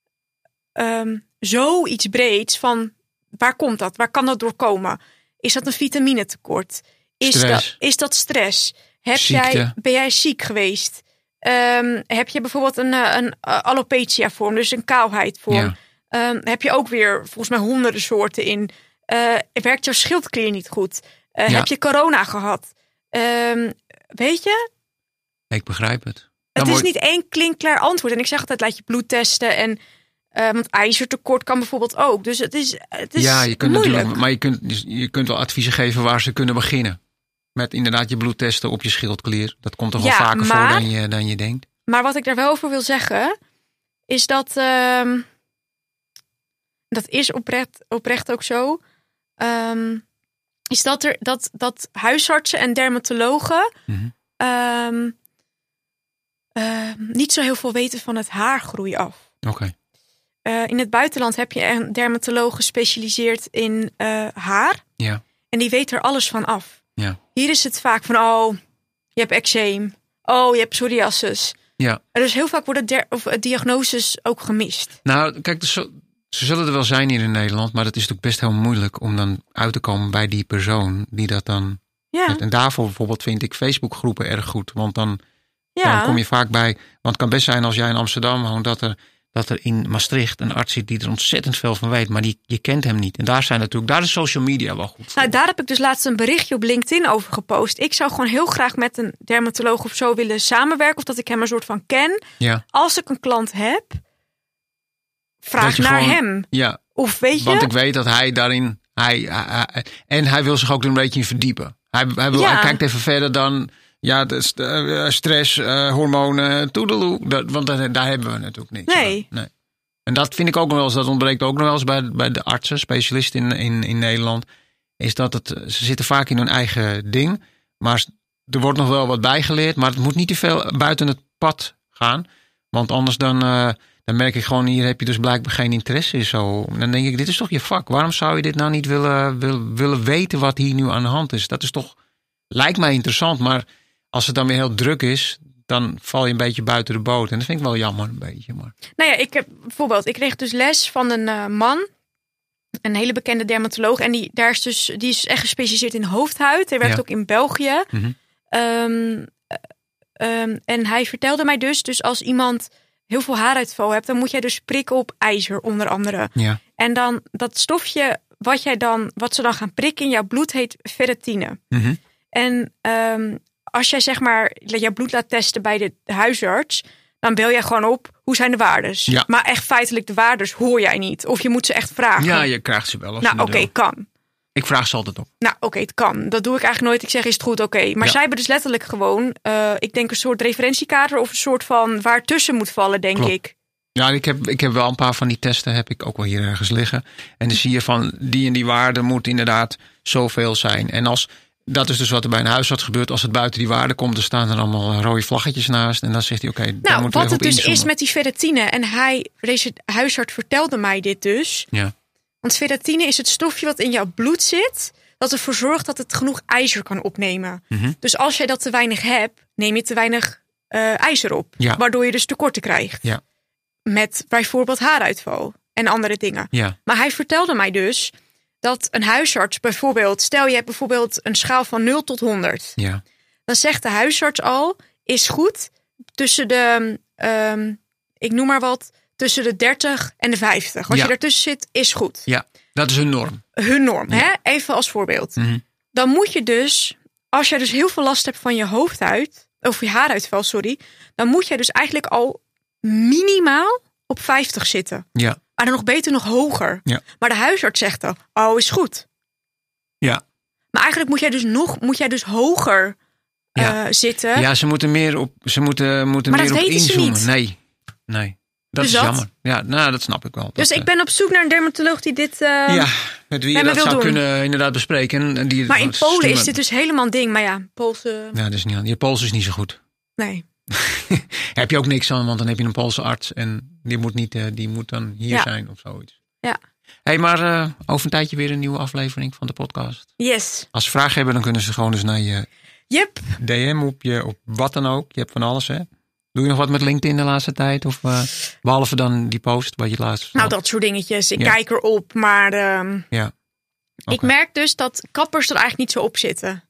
um, zoiets breeds van, waar komt dat? Waar kan dat door komen? Is dat een vitaminetekort? Is dat, is dat stress? Heb jij, ben jij ziek geweest? Um, heb je bijvoorbeeld een, een, een alopecia vorm, dus een kaalheid vorm? Ja. Um, heb je ook weer volgens mij honderden soorten in. Uh, werkt jouw schildklier niet goed? Uh, ja. Heb je corona gehad? Um, weet je? Ik begrijp het. Het Dan is niet één klinkklaar antwoord. En ik zeg altijd, laat je bloed testen. En, uh, want ijzertekort kan bijvoorbeeld ook. Dus het is, het is ja, je kunt moeilijk. Natuurlijk, maar je kunt, je kunt wel adviezen geven waar ze kunnen beginnen. Met inderdaad je bloed testen op je schildklier. Dat komt toch wel ja, vaker maar, voor dan je, dan je denkt. Maar wat ik daar wel over wil zeggen, is dat... Um, dat is oprecht, oprecht ook zo. Um, is dat er dat, dat huisartsen en dermatologen mm-hmm. um, uh, niet zo heel veel weten van het haargroei af. Oké. Okay. Uh, in het buitenland heb je een dermatoloog gespecialiseerd in uh, haar. Ja. En die weet er alles van af. Ja. Hier is het vaak van, oh, je hebt eczeem. Oh, je hebt psoriasis. Ja. En dus heel vaak worden der, of, uh, diagnoses ook gemist. Nou, kijk, dus zo, ze zullen er wel zijn hier in Nederland, maar dat is natuurlijk best heel moeilijk om dan uit te komen bij die persoon die dat dan... Ja. Heeft. En daarvoor bijvoorbeeld vind ik Facebookgroepen erg goed, want dan, ja. dan kom je vaak bij... Want het kan best zijn als jij in Amsterdam woont, dat er, dat er in Maastricht een arts zit die er ontzettend veel van weet, maar die, je kent hem niet. En daar zijn natuurlijk, daar is social media wel goed voor. Nou, daar heb ik dus laatst een berichtje op LinkedIn over gepost. Ik zou gewoon heel graag met een dermatoloog of zo willen samenwerken, of dat ik hem een soort van ken. Ja. Als ik een klant heb, vraag naar gewoon, hem. Ja, of weet je? Want ik weet dat hij daarin... Hij, hij, hij, en hij wil zich ook er een beetje in verdiepen. Hij, hij, wil, ja. hij kijkt even verder dan... Ja, de, uh, stress, uh, hormonen, toedeloe. Dat, want daar, daar hebben we natuurlijk niks nee. aan. Nee. En dat vind ik ook nog wel eens... Dat ontbreekt ook nog wel eens bij, bij de artsen, specialisten in, in, in Nederland. Is dat het... Ze zitten vaak in hun eigen ding. Maar er wordt nog wel wat bijgeleerd. Maar het moet niet te veel buiten het pad gaan. Want anders dan... Uh, Dan merk ik gewoon, hier heb je dus blijkbaar geen interesse in zo. Dan denk ik, dit is toch je vak. Waarom zou je dit nou niet willen, willen, willen weten wat hier nu aan de hand is? Dat is toch, lijkt mij interessant. Maar als het dan weer heel druk is, dan val je een beetje buiten de boot. En dat vind ik wel jammer een beetje. Maar. Nou ja, ik heb bijvoorbeeld, ik kreeg dus les van een uh, man. Een hele bekende dermatoloog. En die, daar is dus, die is echt gespecialiseerd in hoofdhuid. Hij werkt ja. ook in België. Mm-hmm. Um, um, en hij vertelde mij dus, dus als iemand... heel veel haaruitval hebt, dan moet jij dus prikken op ijzer onder andere. Ja. En dan dat stofje wat jij dan, wat ze dan gaan prikken in jouw bloed heet ferritine. Mm-hmm. En um, als jij zeg maar jouw bloed laat testen bij de huisarts, dan bel jij gewoon op, hoe zijn de waardes? Ja. Maar echt feitelijk de waardes hoor jij niet. Of je moet ze echt vragen. Ja, je krijgt ze wel. Als nou oké, okay, kan. Ik vraag ze altijd op. Nou oké, okay, het kan. Dat doe ik eigenlijk nooit. Ik zeg, is het goed? Oké. Okay. Maar ja. zij hebben dus letterlijk gewoon, uh, ik denk een soort referentiekader of een soort van waar tussen moet vallen, denk Klopt. ik. Ja, ik heb, ik heb wel een paar van die testen, heb ik ook wel hier ergens liggen. En dan zie je van, die en die waarde moet inderdaad zoveel zijn. En als, dat is dus wat er bij een huisarts gebeurt. Als het buiten die waarde komt, dan staan er allemaal rode vlaggetjes naast. En dan zegt hij, oké, okay, daar nou, moeten we wat het dus inzoomen. is met die ferritine. En hij, deze huisarts vertelde mij dit dus. Ja. Want ferritine is het stofje wat in jouw bloed zit, dat ervoor zorgt dat het genoeg ijzer kan opnemen. Mm-hmm. Dus als jij dat te weinig hebt, neem je te weinig uh, ijzer op. Ja. Waardoor je dus tekorten krijgt. Ja. Met bijvoorbeeld haaruitval en andere dingen. Ja. Maar hij vertelde mij dus dat een huisarts bijvoorbeeld, stel je hebt bijvoorbeeld een schaal van nul tot honderd. Ja. Dan zegt de huisarts al, is goed tussen de, um, ik noem maar wat, tussen de dertig en de vijftig. Als ja. je daartussen zit, is goed. Ja, dat is hun norm. Hun norm, ja. hè? Even als voorbeeld. Mm-hmm. Dan moet je dus, als jij dus heel veel last hebt van je hoofdhuid, of je haaruitval, sorry, dan moet jij dus eigenlijk al minimaal op vijftig zitten. Ja. Maar dan nog beter nog hoger. Ja. Maar de huisarts zegt dan, oh, is goed. Ja. Maar eigenlijk moet jij dus nog, moet jij dus hoger ja. uh, zitten. Ja, ze moeten meer op, ze moeten, moeten maar meer dat op weten inzoomen. Ze niet. Nee, nee. Dat dus is dat? jammer. Ja, nou, dat snap ik wel. Dus dat, ik ben op zoek naar een dermatoloog die dit... Uh, ja, met wie je dat zou doen. kunnen inderdaad bespreken. En die, maar in Polen sturen. is dit dus helemaal een ding. Maar ja, Poolse... Ja, dat is niet, je Pools is niet zo goed. Nee. Heb je ook niks aan, want dan heb je een Poolse arts. En die moet, niet, die moet dan hier ja. zijn of zoiets. Ja. Hé, hey, maar uh, over een tijdje weer een nieuwe aflevering van de podcast. Yes. Als ze vragen hebben, dan kunnen ze gewoon dus naar je yep. D M op je, op wat dan ook. Je hebt van alles, hè? Doe je nog wat met LinkedIn de laatste tijd? Of uh, behalve dan die post wat je laatst... Nou, dat soort dingetjes. Ik ja. kijk erop, maar... Um, ja. Okay. Ik merk dus dat kappers er eigenlijk niet zo op zitten.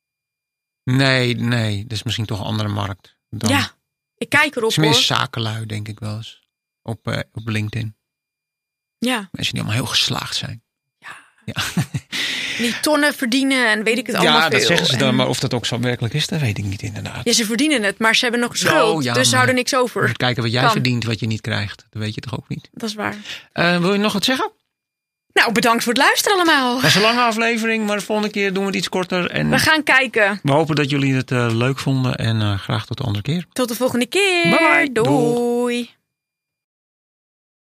Nee, nee. Dat is misschien toch een andere markt. Dan... Ja, ik kijk erop, het is meer hoor. zakenlui, denk ik wel eens. Op, uh, op LinkedIn. Ja. Mensen die allemaal heel geslaagd zijn. Ja. ja. Die tonnen verdienen en weet ik het allemaal Ja, veel. dat zeggen ze dan. En... Maar of dat ook zo werkelijk is, dat weet ik niet inderdaad. Ja, ze verdienen het, maar ze hebben nog schuld. Oh, ja, dus ze houden niks over. Je moet kijken wat jij kan. verdient, wat je niet krijgt. Dat weet je toch ook niet? Dat is waar. Uh, wil je nog wat zeggen? Nou, bedankt voor het luisteren allemaal. Dat is een lange aflevering, maar de volgende keer doen we het iets korter. En we gaan kijken. We hopen dat jullie het uh, leuk vonden en uh, graag tot de andere keer. Tot de volgende keer. Bye bye. Doei. Doei.